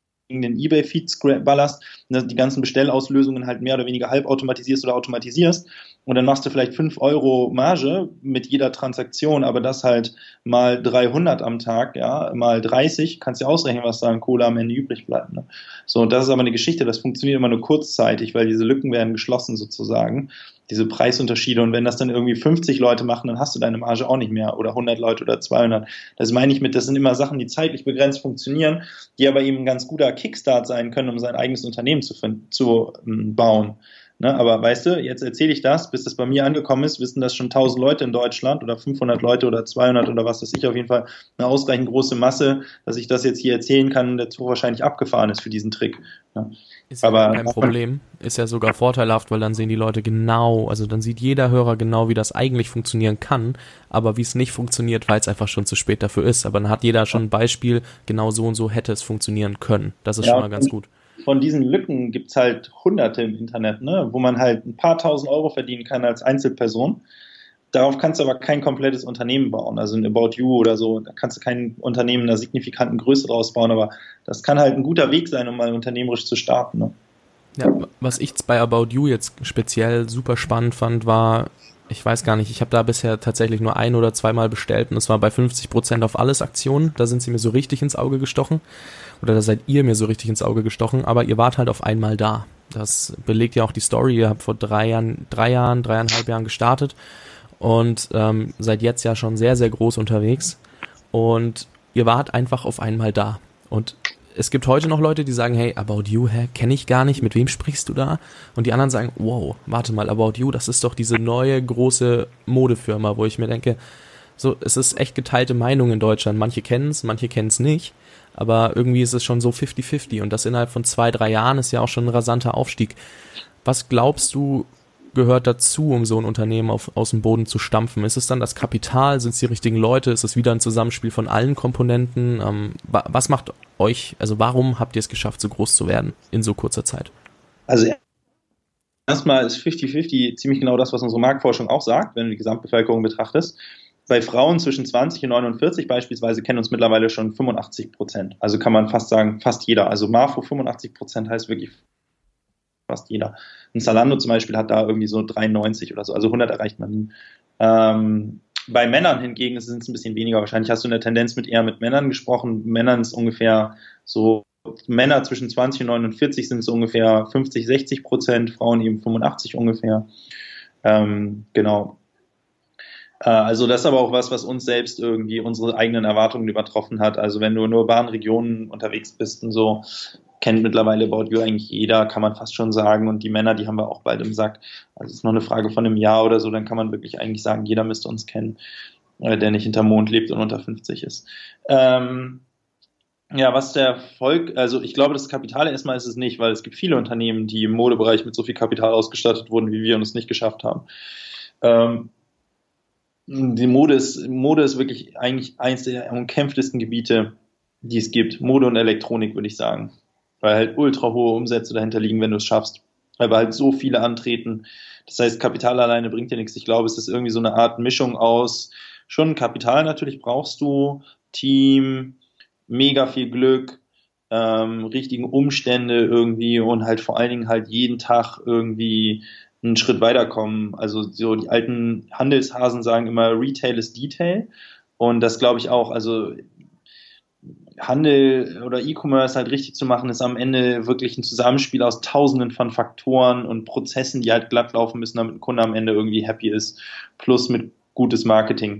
den eBay-Feed ballerst, die ganzen Bestellauslösungen halt mehr oder weniger halb automatisierst oder automatisierst und dann machst du vielleicht 5 Euro Marge mit jeder Transaktion, aber das halt mal 300 am Tag, ja, mal 30, kannst du ja ausrechnen, was da an Kohle am Ende übrig bleibt. Ne? So, und das ist aber eine Geschichte, das funktioniert immer nur kurzzeitig, weil diese Lücken werden geschlossen sozusagen, diese Preisunterschiede und wenn das dann irgendwie 50 Leute machen, dann hast du deine Marge auch nicht mehr oder 100 Leute oder 200. Das meine ich das sind immer Sachen, die zeitlich begrenzt funktionieren, die aber eben ein ganz guter Kickstart sein können, um sein eigenes Unternehmen zu bauen. Ne, aber weißt du, jetzt erzähle ich das, bis das bei mir angekommen ist, wissen das schon 1000 Leute in Deutschland oder 500 Leute oder 200 oder was weiß ich, auf jeden Fall eine ausreichend große Masse, dass ich das jetzt hier erzählen kann, der Zug wahrscheinlich abgefahren ist für diesen Trick. Ja. Ist ja aber kein Problem, ist ja sogar vorteilhaft, weil dann sehen die Leute genau, also dann sieht jeder Hörer genau, wie das eigentlich funktionieren kann, aber wie es nicht funktioniert, weil es einfach schon zu spät dafür ist. Aber dann hat jeder schon ein Beispiel, genau so und so hätte es funktionieren können. Das ist schon mal ganz gut. Von diesen Lücken gibt's halt Hunderte im Internet, ne, wo man halt ein paar tausend Euro verdienen kann als Einzelperson. Darauf kannst du aber kein komplettes Unternehmen bauen, also ein About You oder so, da kannst du kein Unternehmen einer signifikanten Größe draus bauen, aber das kann halt ein guter Weg sein, um mal unternehmerisch zu starten. Ne? Ja, was ich bei About You jetzt speziell super spannend fand, war, ich weiß gar nicht, ich habe da bisher tatsächlich nur 1- oder 2-mal bestellt und es war bei 50% auf alles Aktionen, da sind sie mir so richtig ins Auge gestochen oder da seid ihr mir so richtig ins Auge gestochen, aber ihr wart halt auf einmal da. Das belegt ja auch die Story, ihr habt vor 3,5 Jahren gestartet und seid jetzt ja schon sehr, sehr groß unterwegs und ihr wart einfach auf einmal da. Und es gibt heute noch Leute, die sagen, hey, About You, kenne ich gar nicht, mit wem sprichst du da? Und die anderen sagen, wow, warte mal, About You, das ist doch diese neue große Modefirma, wo ich mir denke, so, es ist echt geteilte Meinung in Deutschland. Manche kennen es nicht, aber irgendwie ist es schon so 50-50 und das innerhalb von 2-3 Jahren ist ja auch schon ein rasanter Aufstieg. Was glaubst du, gehört dazu, um so ein Unternehmen aus dem Boden zu stampfen? Ist es dann das Kapital? Sind es die richtigen Leute? Ist es wieder ein Zusammenspiel von allen Komponenten? Was macht euch, also warum habt ihr es geschafft, so groß zu werden in so kurzer Zeit? Also erstmal ist 50-50 ziemlich genau das, was unsere Marktforschung auch sagt, wenn du die Gesamtbevölkerung betrachtest. Bei Frauen zwischen 20 und 49 beispielsweise kennen uns mittlerweile schon 85%. Also kann man fast sagen, fast jeder. Also Marfo 85% heißt wirklich fast jeder. Ein Zalando zum Beispiel hat da irgendwie so 93 oder so, also 100 erreicht man nie. Bei Männern hingegen sind es ein bisschen weniger. Wahrscheinlich hast du eine Tendenz eher mit Männern gesprochen. Männern ist ungefähr so, Männer zwischen 20 und 49 sind so ungefähr 50-60%, Frauen eben 85 ungefähr. Genau. Also das ist aber auch was uns selbst irgendwie unsere eigenen Erwartungen übertroffen hat. Also wenn du in urbanen Regionen unterwegs bist und so, kennt mittlerweile About You eigentlich jeder, kann man fast schon sagen. Und die Männer, die haben wir auch bald im Sack. Also es ist noch eine Frage von einem Jahr oder so, dann kann man wirklich eigentlich sagen, jeder müsste uns kennen, der nicht hinterm Mond lebt und unter 50 ist. Ja, was der Erfolg, also ich glaube, das Kapital erstmal ist es nicht, weil es gibt viele Unternehmen, die im Modebereich mit so viel Kapital ausgestattet wurden, wie wir und es nicht geschafft haben. Die Mode ist wirklich eigentlich eins der umkämpftesten Gebiete, die es gibt. Mode und Elektronik, würde ich sagen. Weil halt ultra hohe Umsätze dahinter liegen, wenn du es schaffst. Weil halt so viele antreten. Das heißt, Kapital alleine bringt dir nichts. Ich glaube, es ist irgendwie so eine Art Mischung aus, schon Kapital natürlich brauchst du, Team, mega viel Glück, richtigen Umstände irgendwie und halt vor allen Dingen halt jeden Tag irgendwie einen Schritt weiterkommen. Also so die alten Handelshasen sagen immer, Retail ist Detail. Und das glaube ich auch. Also Handel oder E-Commerce halt richtig zu machen, ist am Ende wirklich ein Zusammenspiel aus Tausenden von Faktoren und Prozessen, die halt glatt laufen müssen, damit ein Kunde am Ende irgendwie happy ist, plus mit gutes Marketing.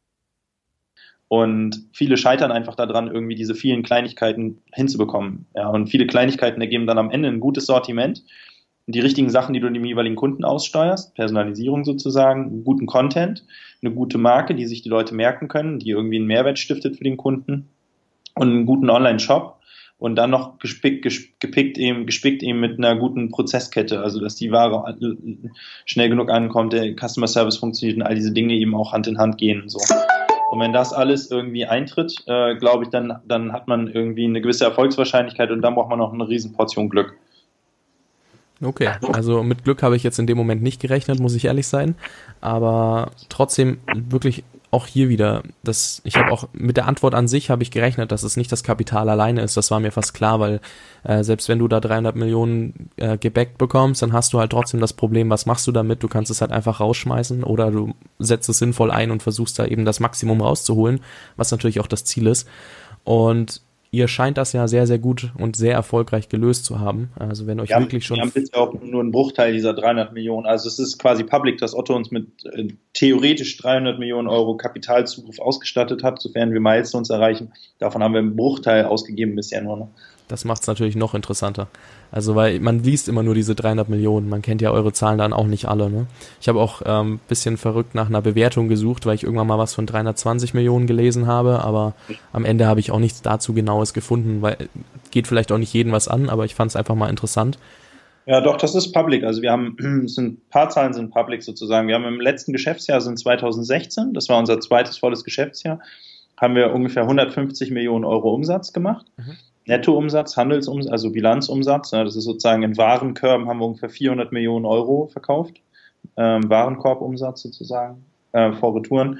Und viele scheitern einfach daran, irgendwie diese vielen Kleinigkeiten hinzubekommen. Ja, und viele Kleinigkeiten ergeben dann am Ende ein gutes Sortiment, die richtigen Sachen, die du dem jeweiligen Kunden aussteuerst, Personalisierung sozusagen, guten Content, eine gute Marke, die sich die Leute merken können, die irgendwie einen Mehrwert stiftet für den Kunden, und einen guten Online-Shop und dann noch gespickt eben mit einer guten Prozesskette, also dass die Ware schnell genug ankommt, der Customer Service funktioniert und all diese Dinge eben auch Hand in Hand gehen. So. Und wenn das alles irgendwie eintritt, glaube ich, dann hat man irgendwie eine gewisse Erfolgswahrscheinlichkeit und dann braucht man noch eine Riesenportion Glück. Okay, also mit Glück habe ich jetzt in dem Moment nicht gerechnet, muss ich ehrlich sein, aber trotzdem wirklich auch hier wieder, ich habe auch mit der Antwort an sich habe ich gerechnet, dass es nicht das Kapital alleine ist, das war mir fast klar, weil selbst wenn du da 300 Millionen gebackt bekommst, dann hast du halt trotzdem das Problem, was machst du damit? Du kannst es halt einfach rausschmeißen oder du setzt es sinnvoll ein und versuchst da eben das Maximum rauszuholen, was natürlich auch das Ziel ist. Und ihr scheint das ja sehr, sehr gut und sehr erfolgreich gelöst zu haben. Also wenn euch wirklich schon... Wir haben bisher auch nur einen Bruchteil dieser 300 Millionen. Also es ist quasi public, dass Otto uns mit theoretisch 300 Millionen Euro Kapitalzugriff ausgestattet hat, sofern wir Milestones erreichen. Davon haben wir einen Bruchteil ausgegeben bisher nur noch. Das macht es natürlich noch interessanter. Also weil man liest immer nur diese 300 Millionen. Man kennt ja eure Zahlen dann auch nicht alle. Ne? Ich habe auch bisschen verrückt nach einer Bewertung gesucht, weil ich irgendwann mal was von 320 Millionen gelesen habe. Aber am Ende habe ich auch nichts dazu Genaues gefunden, weil geht vielleicht auch nicht jedem was an, aber ich fand es einfach mal interessant. Ja, doch, das ist public. Also wir haben, ein paar Zahlen sind public sozusagen. Wir haben im letzten Geschäftsjahr, also in 2016, das war unser zweites volles Geschäftsjahr, haben wir ungefähr 150 Millionen Euro Umsatz gemacht. Mhm. Nettoumsatz, Handelsumsatz, also Bilanzumsatz, das ist sozusagen in Warenkörben haben wir ungefähr 400 Millionen Euro verkauft, Warenkorbumsatz sozusagen, vor Retouren,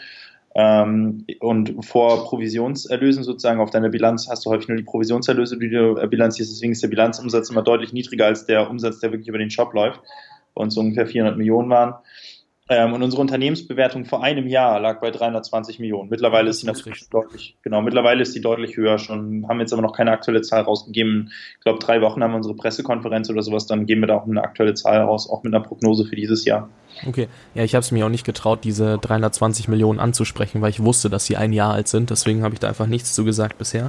und vor Provisionserlösen sozusagen auf deiner Bilanz hast du häufig nur die Provisionserlöse, die du bilanzierst, deswegen ist der Bilanzumsatz immer deutlich niedriger als der Umsatz, der wirklich über den Shop läuft, bei uns so ungefähr 400 Millionen waren. Und unsere Unternehmensbewertung vor einem Jahr lag bei 320 Millionen. Mittlerweile ist sie natürlich mittlerweile ist sie deutlich höher schon, haben jetzt aber noch keine aktuelle Zahl rausgegeben. Ich glaube, 3 Wochen haben wir unsere Pressekonferenz oder sowas, dann geben wir da auch eine aktuelle Zahl raus, auch mit einer Prognose für dieses Jahr. Okay, ja, ich habe es mir auch nicht getraut, diese 320 Millionen anzusprechen, weil ich wusste, dass sie ein Jahr alt sind, deswegen habe ich da einfach nichts zu gesagt bisher.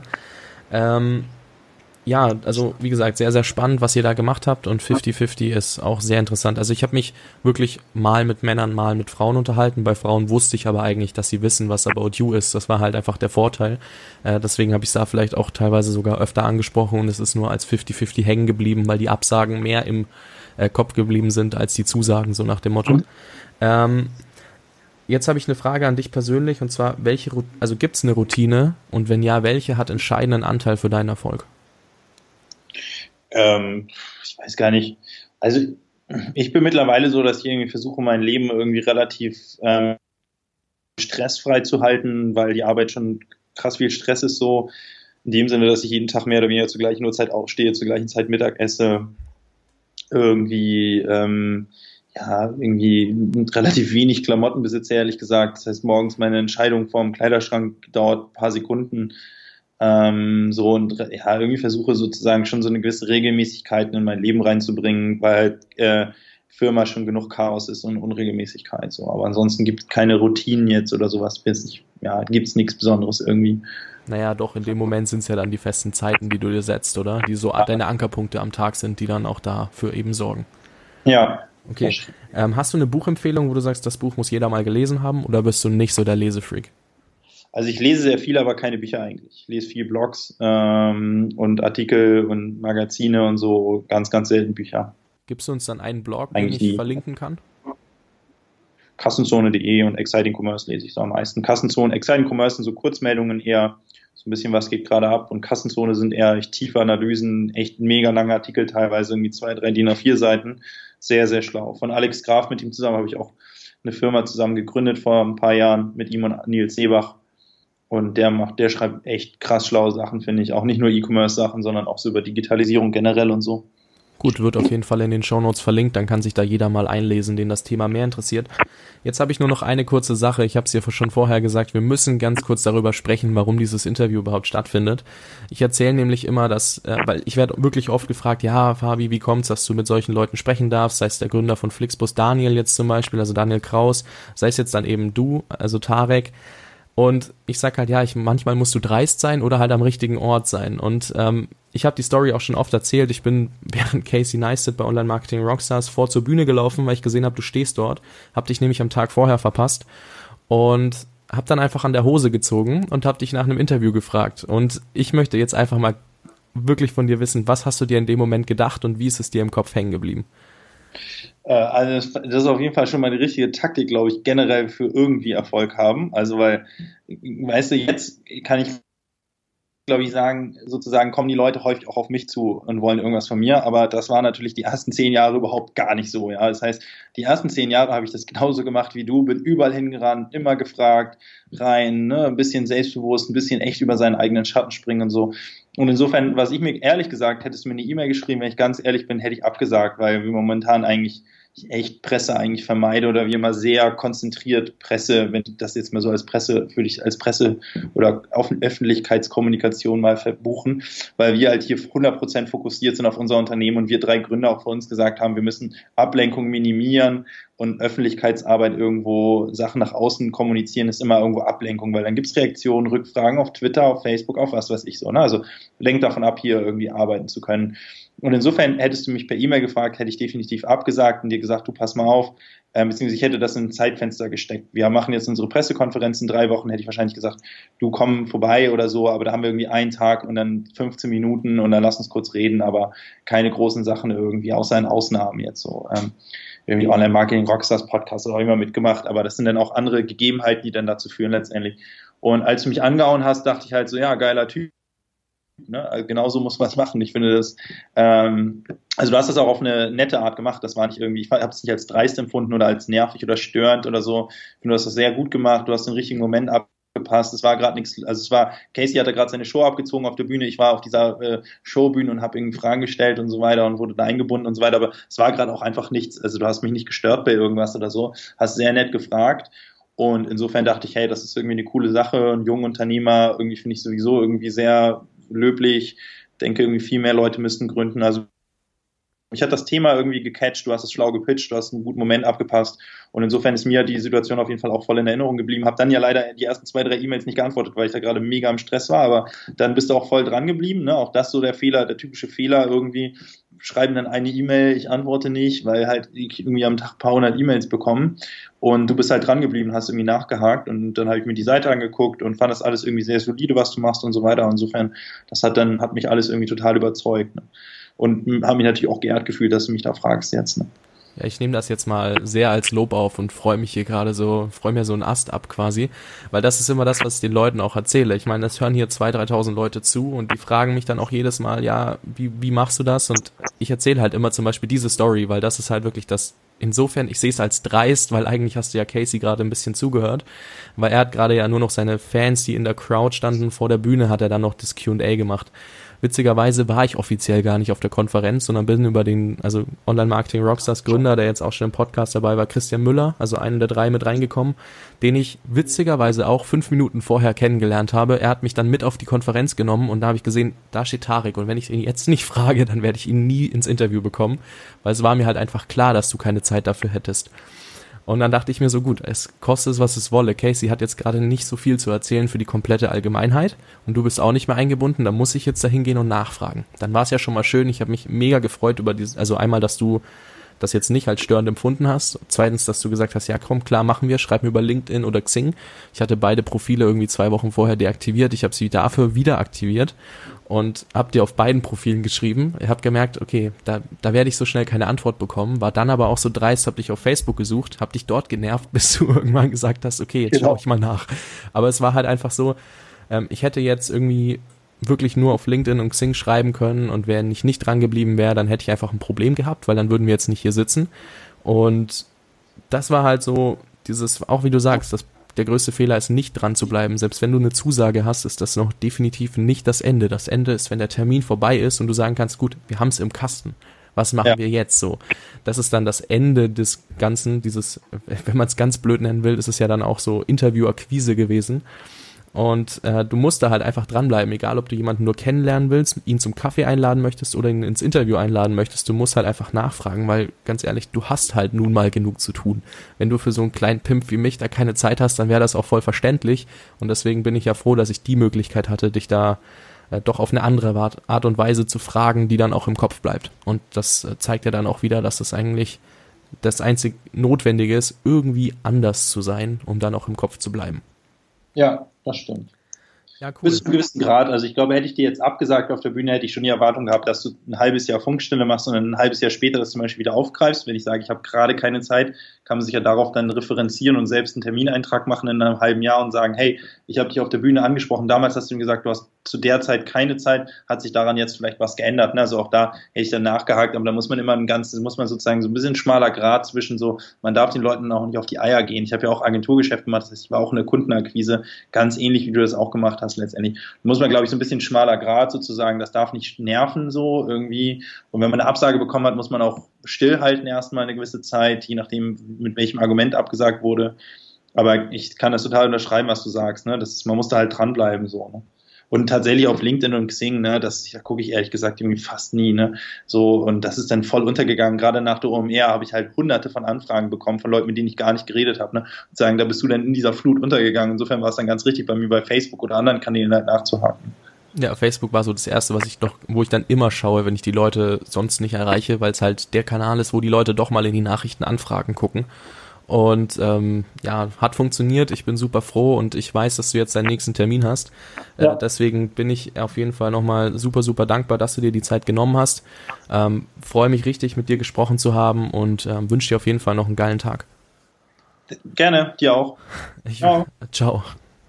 Ja, also wie gesagt, sehr, sehr spannend, was ihr da gemacht habt und 50-50 ist auch sehr interessant. Also ich habe mich wirklich mal mit Männern, mal mit Frauen unterhalten. Bei Frauen wusste ich aber eigentlich, dass sie wissen, was About You ist. Das war halt einfach der Vorteil. Deswegen habe ich es da vielleicht auch teilweise sogar öfter angesprochen und es ist nur als 50-50 hängen geblieben, weil die Absagen mehr im Kopf geblieben sind als die Zusagen, so nach dem Motto. Jetzt habe ich eine Frage an dich persönlich, und zwar, gibt es eine Routine, und wenn ja, welche hat entscheidenden Anteil für deinen Erfolg? Ich weiß gar nicht. Also ich bin mittlerweile so, dass ich irgendwie versuche, mein Leben irgendwie relativ stressfrei zu halten, weil die Arbeit schon krass viel Stress ist, so in dem Sinne, dass ich jeden Tag mehr oder weniger zur gleichen Uhrzeit aufstehe, zur gleichen Zeit Mittag esse, irgendwie irgendwie relativ wenig Klamotten besitze, ehrlich gesagt. Das heißt, morgens meine Entscheidung vorm Kleiderschrank dauert ein paar Sekunden. Irgendwie versuche sozusagen schon so eine gewisse Regelmäßigkeit in mein Leben reinzubringen, weil Firma schon genug Chaos ist und Unregelmäßigkeit. So. Aber ansonsten gibt es keine Routinen jetzt oder sowas. Gibt es nichts Besonderes irgendwie. Naja, doch, in dem Moment sind es ja dann die festen Zeiten, die du dir setzt, oder? Die so deine Ankerpunkte am Tag sind, die dann auch dafür eben sorgen. Ja. Okay. Hast du eine Buchempfehlung, wo du sagst, das Buch muss jeder mal gelesen haben, oder bist du nicht so der Lesefreak? Also ich lese sehr viel, aber keine Bücher eigentlich. Ich lese viel Blogs und Artikel und Magazine und so, ganz, ganz selten Bücher. Gibst du uns dann einen Blog, den ich verlinken kann? Kassenzone.de und Exciting Commerce lese ich so am meisten. Kassenzone, Exciting Commerce sind so Kurzmeldungen eher, so ein bisschen was geht gerade ab, und Kassenzone sind eher tiefe Analysen, echt mega lange Artikel, teilweise irgendwie 2, 3 DIN A4 Seiten. Sehr, sehr schlau. Von Alex Graf, mit ihm zusammen habe ich auch eine Firma zusammen gegründet vor ein paar Jahren mit ihm und Nils Seebach. Und der schreibt echt krass schlaue Sachen, finde ich. Auch nicht nur E-Commerce-Sachen, sondern auch so über Digitalisierung generell und so. Gut, wird auf jeden Fall in den Shownotes verlinkt, dann kann sich da jeder mal einlesen, den das Thema mehr interessiert. Jetzt habe ich nur noch eine kurze Sache, ich habe es dir schon vorher gesagt, wir müssen ganz kurz darüber sprechen, warum dieses Interview überhaupt stattfindet. Ich erzähle nämlich immer, weil ich werde wirklich oft gefragt, ja Fabi, wie kommt's, dass du mit solchen Leuten sprechen darfst, sei es der Gründer von Flixbus Daniel jetzt zum Beispiel, also Daniel Kraus, sei es jetzt dann eben du, also Tarek. Und ich sag halt, manchmal musst du dreist sein oder halt am richtigen Ort sein. Und ich habe die Story auch schon oft erzählt. Ich bin während Casey Neistat bei Online Marketing Rockstars zur Bühne gelaufen, weil ich gesehen habe, du stehst dort. Hab dich nämlich am Tag vorher verpasst und hab dann einfach an der Hose gezogen und hab dich nach einem Interview gefragt. Und ich möchte jetzt einfach mal wirklich von dir wissen, was hast du dir in dem Moment gedacht und wie ist es dir im Kopf hängen geblieben? Also das ist auf jeden Fall schon mal die richtige Taktik, glaube ich, generell für irgendwie Erfolg haben. Also weil, weißt du, jetzt kann ich, glaube ich, sagen, sozusagen kommen die Leute häufig auch auf mich zu und wollen irgendwas von mir, aber das war natürlich die ersten 10 Jahre überhaupt gar nicht so. Ja, das heißt, die ersten 10 Jahre habe ich das genauso gemacht wie du, bin überall hingerannt, immer gefragt, rein, ne, ein bisschen selbstbewusst, ein bisschen echt über seinen eigenen Schatten springen und so. Und insofern, was ich mir ehrlich gesagt, hättest du mir eine E-Mail geschrieben, wenn ich ganz ehrlich bin, hätte ich abgesagt, weil wir momentan eigentlich echt Presse eigentlich vermeide oder wie immer sehr konzentriert Presse, wenn ich das jetzt mal so als Presse, würde ich als Presse oder auf Öffentlichkeitskommunikation mal verbuchen, weil wir halt hier 100% fokussiert sind auf unser Unternehmen und wir 3 Gründer auch für uns gesagt haben, wir müssen Ablenkung minimieren und Öffentlichkeitsarbeit irgendwo, Sachen nach außen kommunizieren, ist immer irgendwo Ablenkung, weil dann gibt's Reaktionen, Rückfragen auf Twitter, auf Facebook, auf was weiß ich so, ne? Also lenkt davon ab, hier irgendwie arbeiten zu können. Und insofern hättest du mich per E-Mail gefragt, hätte ich definitiv abgesagt und dir gesagt, du pass mal auf, beziehungsweise ich hätte das in ein Zeitfenster gesteckt. Wir machen jetzt unsere Pressekonferenz in 3 Wochen, hätte ich wahrscheinlich gesagt, du komm vorbei oder so, aber da haben wir irgendwie einen Tag und dann 15 Minuten und dann lass uns kurz reden, aber keine großen Sachen irgendwie, außer in Ausnahmen jetzt so. Irgendwie Online Marketing Rockstars Podcast auch immer mitgemacht, aber das sind dann auch andere Gegebenheiten, die dann dazu führen letztendlich. Und als du mich angehauen hast, dachte ich halt so, ja, geiler Typ. Ne? Also genauso muss man es machen. Ich finde das, also du hast das auch auf eine nette Art gemacht. Das war nicht irgendwie, ich habe es nicht als dreist empfunden oder als nervig oder störend oder so. Ich finde, du hast das sehr gut gemacht. Du hast den richtigen Moment abgepasst. Es war gerade nichts, also es war, Casey hatte gerade seine Show abgezogen auf der Bühne. Ich war auf dieser Showbühne und habe irgendwie Fragen gestellt und so weiter und wurde da eingebunden und so weiter. Aber es war gerade auch einfach nichts. Also du hast mich nicht gestört bei irgendwas oder so. Hast sehr nett gefragt. Und insofern dachte ich, hey, das ist irgendwie eine coole Sache. Ein junger Unternehmer, irgendwie finde ich sowieso irgendwie sehr löblich, denke irgendwie viel mehr Leute müssten gründen, also mich hat das Thema irgendwie gecatcht, du hast es schlau gepitcht, du hast einen guten Moment abgepasst und insofern ist mir die Situation auf jeden Fall auch voll in Erinnerung geblieben, habe dann ja leider die ersten 2, 3 E-Mails nicht geantwortet, weil ich da gerade mega im Stress war, aber dann bist du auch voll dran geblieben, ne? Auch das so der Fehler, der typische Fehler irgendwie, schreiben dann eine E-Mail, ich antworte nicht, weil halt ich irgendwie am Tag ein paar hundert E-Mails bekomme und du bist halt dran geblieben, hast irgendwie nachgehakt und dann habe ich mir die Seite angeguckt und fand das alles irgendwie sehr solide, was du machst und so weiter. Insofern, das hat mich alles irgendwie total überzeugt. Ne? und habe mich natürlich auch geehrt gefühlt, dass du mich da fragst jetzt. Ne? Ja, ich nehme das jetzt mal sehr als Lob auf und freue mich hier gerade so, freue mir so einen Ast ab quasi, weil das ist immer das, was ich den Leuten auch erzähle. Ich meine, das hören hier 2.000, 3.000 Leute zu und die fragen mich dann auch jedes Mal, ja, wie machst du das? Und ich erzähle halt immer zum Beispiel diese Story, weil das ist halt wirklich das, insofern, ich sehe es als dreist, weil eigentlich hast du ja Casey gerade ein bisschen zugehört, weil er hat gerade ja nur noch seine Fans, die in der Crowd standen, vor der Bühne hat er dann noch das Q&A gemacht. Witzigerweise war ich offiziell gar nicht auf der Konferenz, sondern bin über den, also Online-Marketing Rockstars Gründer, der jetzt auch schon im Podcast dabei war, Christian Müller, also einen der 3 mit reingekommen, den ich witzigerweise auch 5 Minuten vorher kennengelernt habe. Er hat mich dann mit auf die Konferenz genommen und da habe ich gesehen, da steht Tarek und wenn ich ihn jetzt nicht frage, dann werde ich ihn nie ins Interview bekommen, weil es war mir halt einfach klar, dass du keine Zeit dafür hättest. Und dann dachte ich mir so, gut, es kostet es, was es wolle. Casey hat jetzt gerade nicht so viel zu erzählen für die komplette Allgemeinheit und du bist auch nicht mehr eingebunden, da muss ich jetzt da hingehen und nachfragen. Dann war es ja schon mal schön, ich habe mich mega gefreut über dieses, also einmal, dass du das jetzt nicht als störend empfunden hast. Zweitens, dass du gesagt hast, ja komm, klar, machen wir, schreib mir über LinkedIn oder Xing. Ich hatte beide Profile irgendwie 2 Wochen vorher deaktiviert, ich habe sie dafür wieder aktiviert und habe dir auf beiden Profilen geschrieben. Ich habe gemerkt, okay, da werde ich so schnell keine Antwort bekommen, war dann aber auch so dreist, habe dich auf Facebook gesucht, habe dich dort genervt, bis du irgendwann gesagt hast, okay, jetzt schaue ich mal nach. Aber es war halt einfach so, ich hätte jetzt irgendwie wirklich nur auf LinkedIn und Xing schreiben können und wenn ich nicht dran geblieben wäre, dann hätte ich einfach ein Problem gehabt, weil dann würden wir jetzt nicht hier sitzen. Und das war halt so dieses, auch wie du sagst, der größte Fehler ist nicht dran zu bleiben. Selbst wenn du eine Zusage hast, ist das noch definitiv nicht das Ende. Das Ende ist, wenn der Termin vorbei ist und du sagen kannst, gut, wir haben es im Kasten. Was machen wir jetzt so? Das ist dann das Ende des Ganzen, dieses, wenn man es ganz blöd nennen will, ist es ja dann auch so Interview-Akquise gewesen. Und du musst da halt einfach dranbleiben, egal ob du jemanden nur kennenlernen willst, ihn zum Kaffee einladen möchtest oder ihn ins Interview einladen möchtest, du musst halt einfach nachfragen, weil ganz ehrlich, du hast halt nun mal genug zu tun. Wenn du für so einen kleinen Pimp wie mich da keine Zeit hast, dann wäre das auch voll verständlich und deswegen bin ich ja froh, dass ich die Möglichkeit hatte, dich da doch auf eine andere Art und Weise zu fragen, die dann auch im Kopf bleibt. Und das zeigt ja dann auch wieder, dass das eigentlich das einzig Notwendige ist, irgendwie anders zu sein, um dann auch im Kopf zu bleiben. Ja, das stimmt. Ja, cool. Bis zu einem gewissen Grad. Also ich glaube, hätte ich dir jetzt abgesagt auf der Bühne, hätte ich schon die Erwartung gehabt, dass du ein halbes Jahr Funkstille machst und dann ein halbes Jahr später das zum Beispiel wieder aufgreifst. Wenn ich sage, ich habe gerade keine Zeit, kann man sich ja darauf dann referenzieren und selbst einen Termineintrag machen in einem halben Jahr und sagen, hey, ich habe dich auf der Bühne angesprochen, damals hast du ihm gesagt, du hast zu der Zeit keine Zeit, hat sich daran jetzt vielleicht was geändert. Ne? Also auch da hätte ich dann nachgehakt, aber da muss man immer muss man sozusagen so ein bisschen schmaler Grad zwischen so, man darf den Leuten auch nicht auf die Eier gehen. Ich habe ja auch Agenturgeschäft gemacht, das heißt, ich war auch in der Kundenakquise, ganz ähnlich, wie du das auch gemacht hast letztendlich. Da muss man, glaube ich, so ein bisschen schmaler Grad sozusagen, das darf nicht nerven so irgendwie. Und wenn man eine Absage bekommen hat, muss man auch stillhalten erstmal eine gewisse Zeit, je nachdem, mit welchem Argument abgesagt wurde. Aber ich kann das total unterschreiben, was du sagst. Ne? Man muss da halt dranbleiben. So, ne? Und tatsächlich auf LinkedIn und Xing, ne, da gucke ich ehrlich gesagt irgendwie fast nie. Ne? So, und das ist dann voll untergegangen. Gerade nach der OMR habe ich halt hunderte von Anfragen bekommen von Leuten, mit denen ich gar nicht geredet habe. Ne? Und sagen, da bist du dann in dieser Flut untergegangen. Insofern war es dann ganz richtig, bei mir bei Facebook oder anderen Kanälen halt nachzuhaken. Ja, Facebook war so das Erste, wo ich dann immer schaue, wenn ich die Leute sonst nicht erreiche, weil es halt der Kanal ist, wo die Leute doch mal in die Nachrichtenanfragen gucken. Und hat funktioniert, ich bin super froh und ich weiß, dass du jetzt deinen nächsten Termin hast. Ja. Deswegen bin ich auf jeden Fall nochmal super, super dankbar, dass du dir die Zeit genommen hast. Freue mich richtig, mit dir gesprochen zu haben und wünsche dir auf jeden Fall noch einen geilen Tag. Gerne, dir auch. Ciao.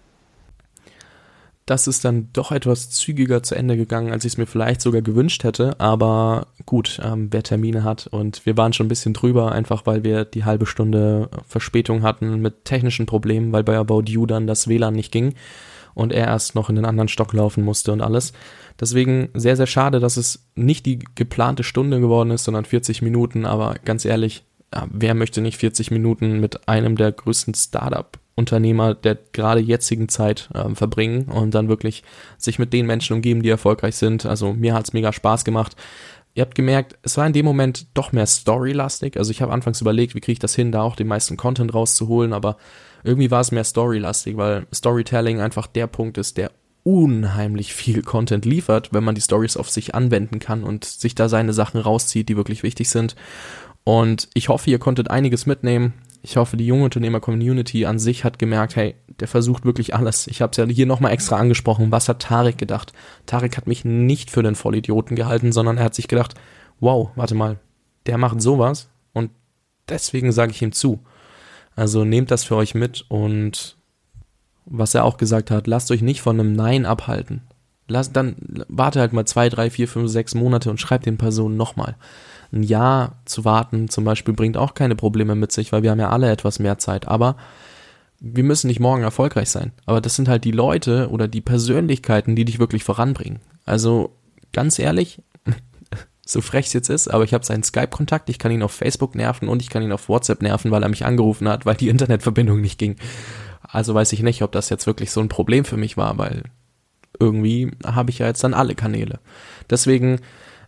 Das ist dann doch etwas zügiger zu Ende gegangen, als ich es mir vielleicht sogar gewünscht hätte, aber gut, wer Termine hat und wir waren schon ein bisschen drüber, einfach weil wir die halbe Stunde Verspätung hatten mit technischen Problemen, weil bei About You dann das WLAN nicht ging und er erst noch in den anderen Stock laufen musste und alles. Deswegen sehr, sehr schade, dass es nicht die geplante Stunde geworden ist, sondern 40 Minuten, aber ganz ehrlich, wer möchte nicht 40 Minuten mit einem der größten Startup-Unternehmer der gerade jetzigen Zeit verbringen und dann wirklich sich mit den Menschen umgeben, die erfolgreich sind. Also mir hat's mega Spaß gemacht. Ihr habt gemerkt, es war in dem Moment doch mehr storylastig. Also ich habe anfangs überlegt, wie kriege ich das hin, da auch den meisten Content rauszuholen, aber irgendwie war es mehr storylastig, weil Storytelling einfach der Punkt ist, der unheimlich viel Content liefert, wenn man die Stories auf sich anwenden kann und sich da seine Sachen rauszieht, die wirklich wichtig sind. Und ich hoffe, ihr konntet einiges mitnehmen. Ich hoffe, die junge Unternehmer-Community an sich hat gemerkt, hey, der versucht wirklich alles. Ich habe es ja hier nochmal extra angesprochen. Was hat Tarek gedacht? Tarek hat mich nicht für den Vollidioten gehalten, sondern er hat sich gedacht, wow, warte mal, der macht sowas und deswegen sage ich ihm zu. Also nehmt das für euch mit und was er auch gesagt hat, lasst euch nicht von einem Nein abhalten. Dann warte halt mal 2, 3, 4, 5, 6 Monate und schreibt den Personen nochmal. Ein Jahr zu warten zum Beispiel bringt auch keine Probleme mit sich, weil wir haben ja alle etwas mehr Zeit. Aber wir müssen nicht morgen erfolgreich sein. Aber das sind halt die Leute oder die Persönlichkeiten, die dich wirklich voranbringen. Also ganz ehrlich, so frech es jetzt ist, aber ich habe seinen Skype-Kontakt, ich kann ihn auf Facebook nerven und ich kann ihn auf WhatsApp nerven, weil er mich angerufen hat, weil die Internetverbindung nicht ging. Also weiß ich nicht, ob das jetzt wirklich so ein Problem für mich war, weil irgendwie habe ich ja jetzt dann alle Kanäle. Deswegen,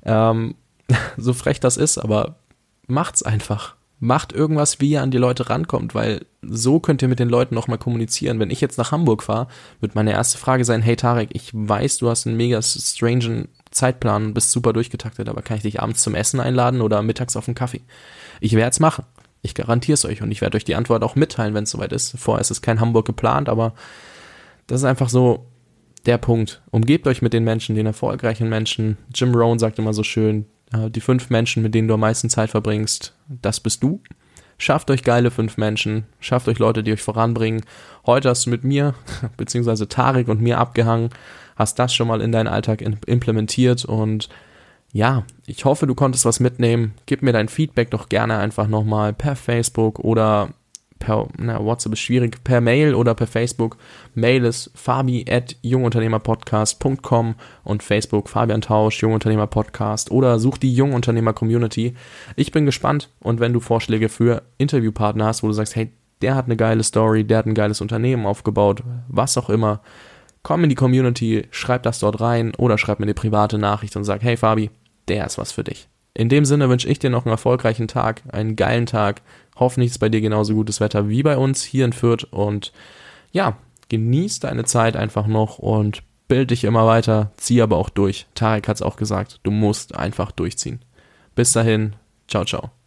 so frech das ist, aber macht's einfach. Macht irgendwas, wie ihr an die Leute rankommt, weil so könnt ihr mit den Leuten nochmal kommunizieren. Wenn ich jetzt nach Hamburg fahre, wird meine erste Frage sein, hey Tarek, ich weiß, du hast einen mega strangen Zeitplan und bist super durchgetaktet, aber kann ich dich abends zum Essen einladen oder mittags auf einen Kaffee? Ich werde es machen. Ich garantiere es euch und ich werde euch die Antwort auch mitteilen, wenn es soweit ist. Vorher ist es kein Hamburg geplant, aber das ist einfach so der Punkt. Umgebt euch mit den Menschen, den erfolgreichen Menschen. Jim Rohn sagt immer so schön, die 5 Menschen, mit denen du am meisten Zeit verbringst, das bist du. Schafft euch geile 5 Menschen, schafft euch Leute, die euch voranbringen. Heute hast du mit mir, beziehungsweise Tarek und mir abgehangen, hast das schon mal in deinen Alltag implementiert und ja, ich hoffe, du konntest was mitnehmen. Gib mir dein Feedback doch gerne einfach nochmal per Facebook oder per, WhatsApp ist schwierig, per Mail oder per Facebook. Mail ist fabi@jungunternehmerpodcast.com und Facebook Fabian Tausch, Jungunternehmerpodcast oder such die Jungunternehmer-Community. Ich bin gespannt und wenn du Vorschläge für Interviewpartner hast, wo du sagst, hey, der hat eine geile Story, der hat ein geiles Unternehmen aufgebaut, was auch immer, komm in die Community, schreib das dort rein oder schreib mir eine private Nachricht und sag, hey Fabi, der ist was für dich. In dem Sinne wünsche ich dir noch einen erfolgreichen Tag, einen geilen Tag. Hoffentlich ist bei dir genauso gutes Wetter wie bei uns hier in Fürth. Und ja, genieß deine Zeit einfach noch und bild dich immer weiter, zieh aber auch durch. Tarek hat es auch gesagt, du musst einfach durchziehen. Bis dahin, ciao, ciao.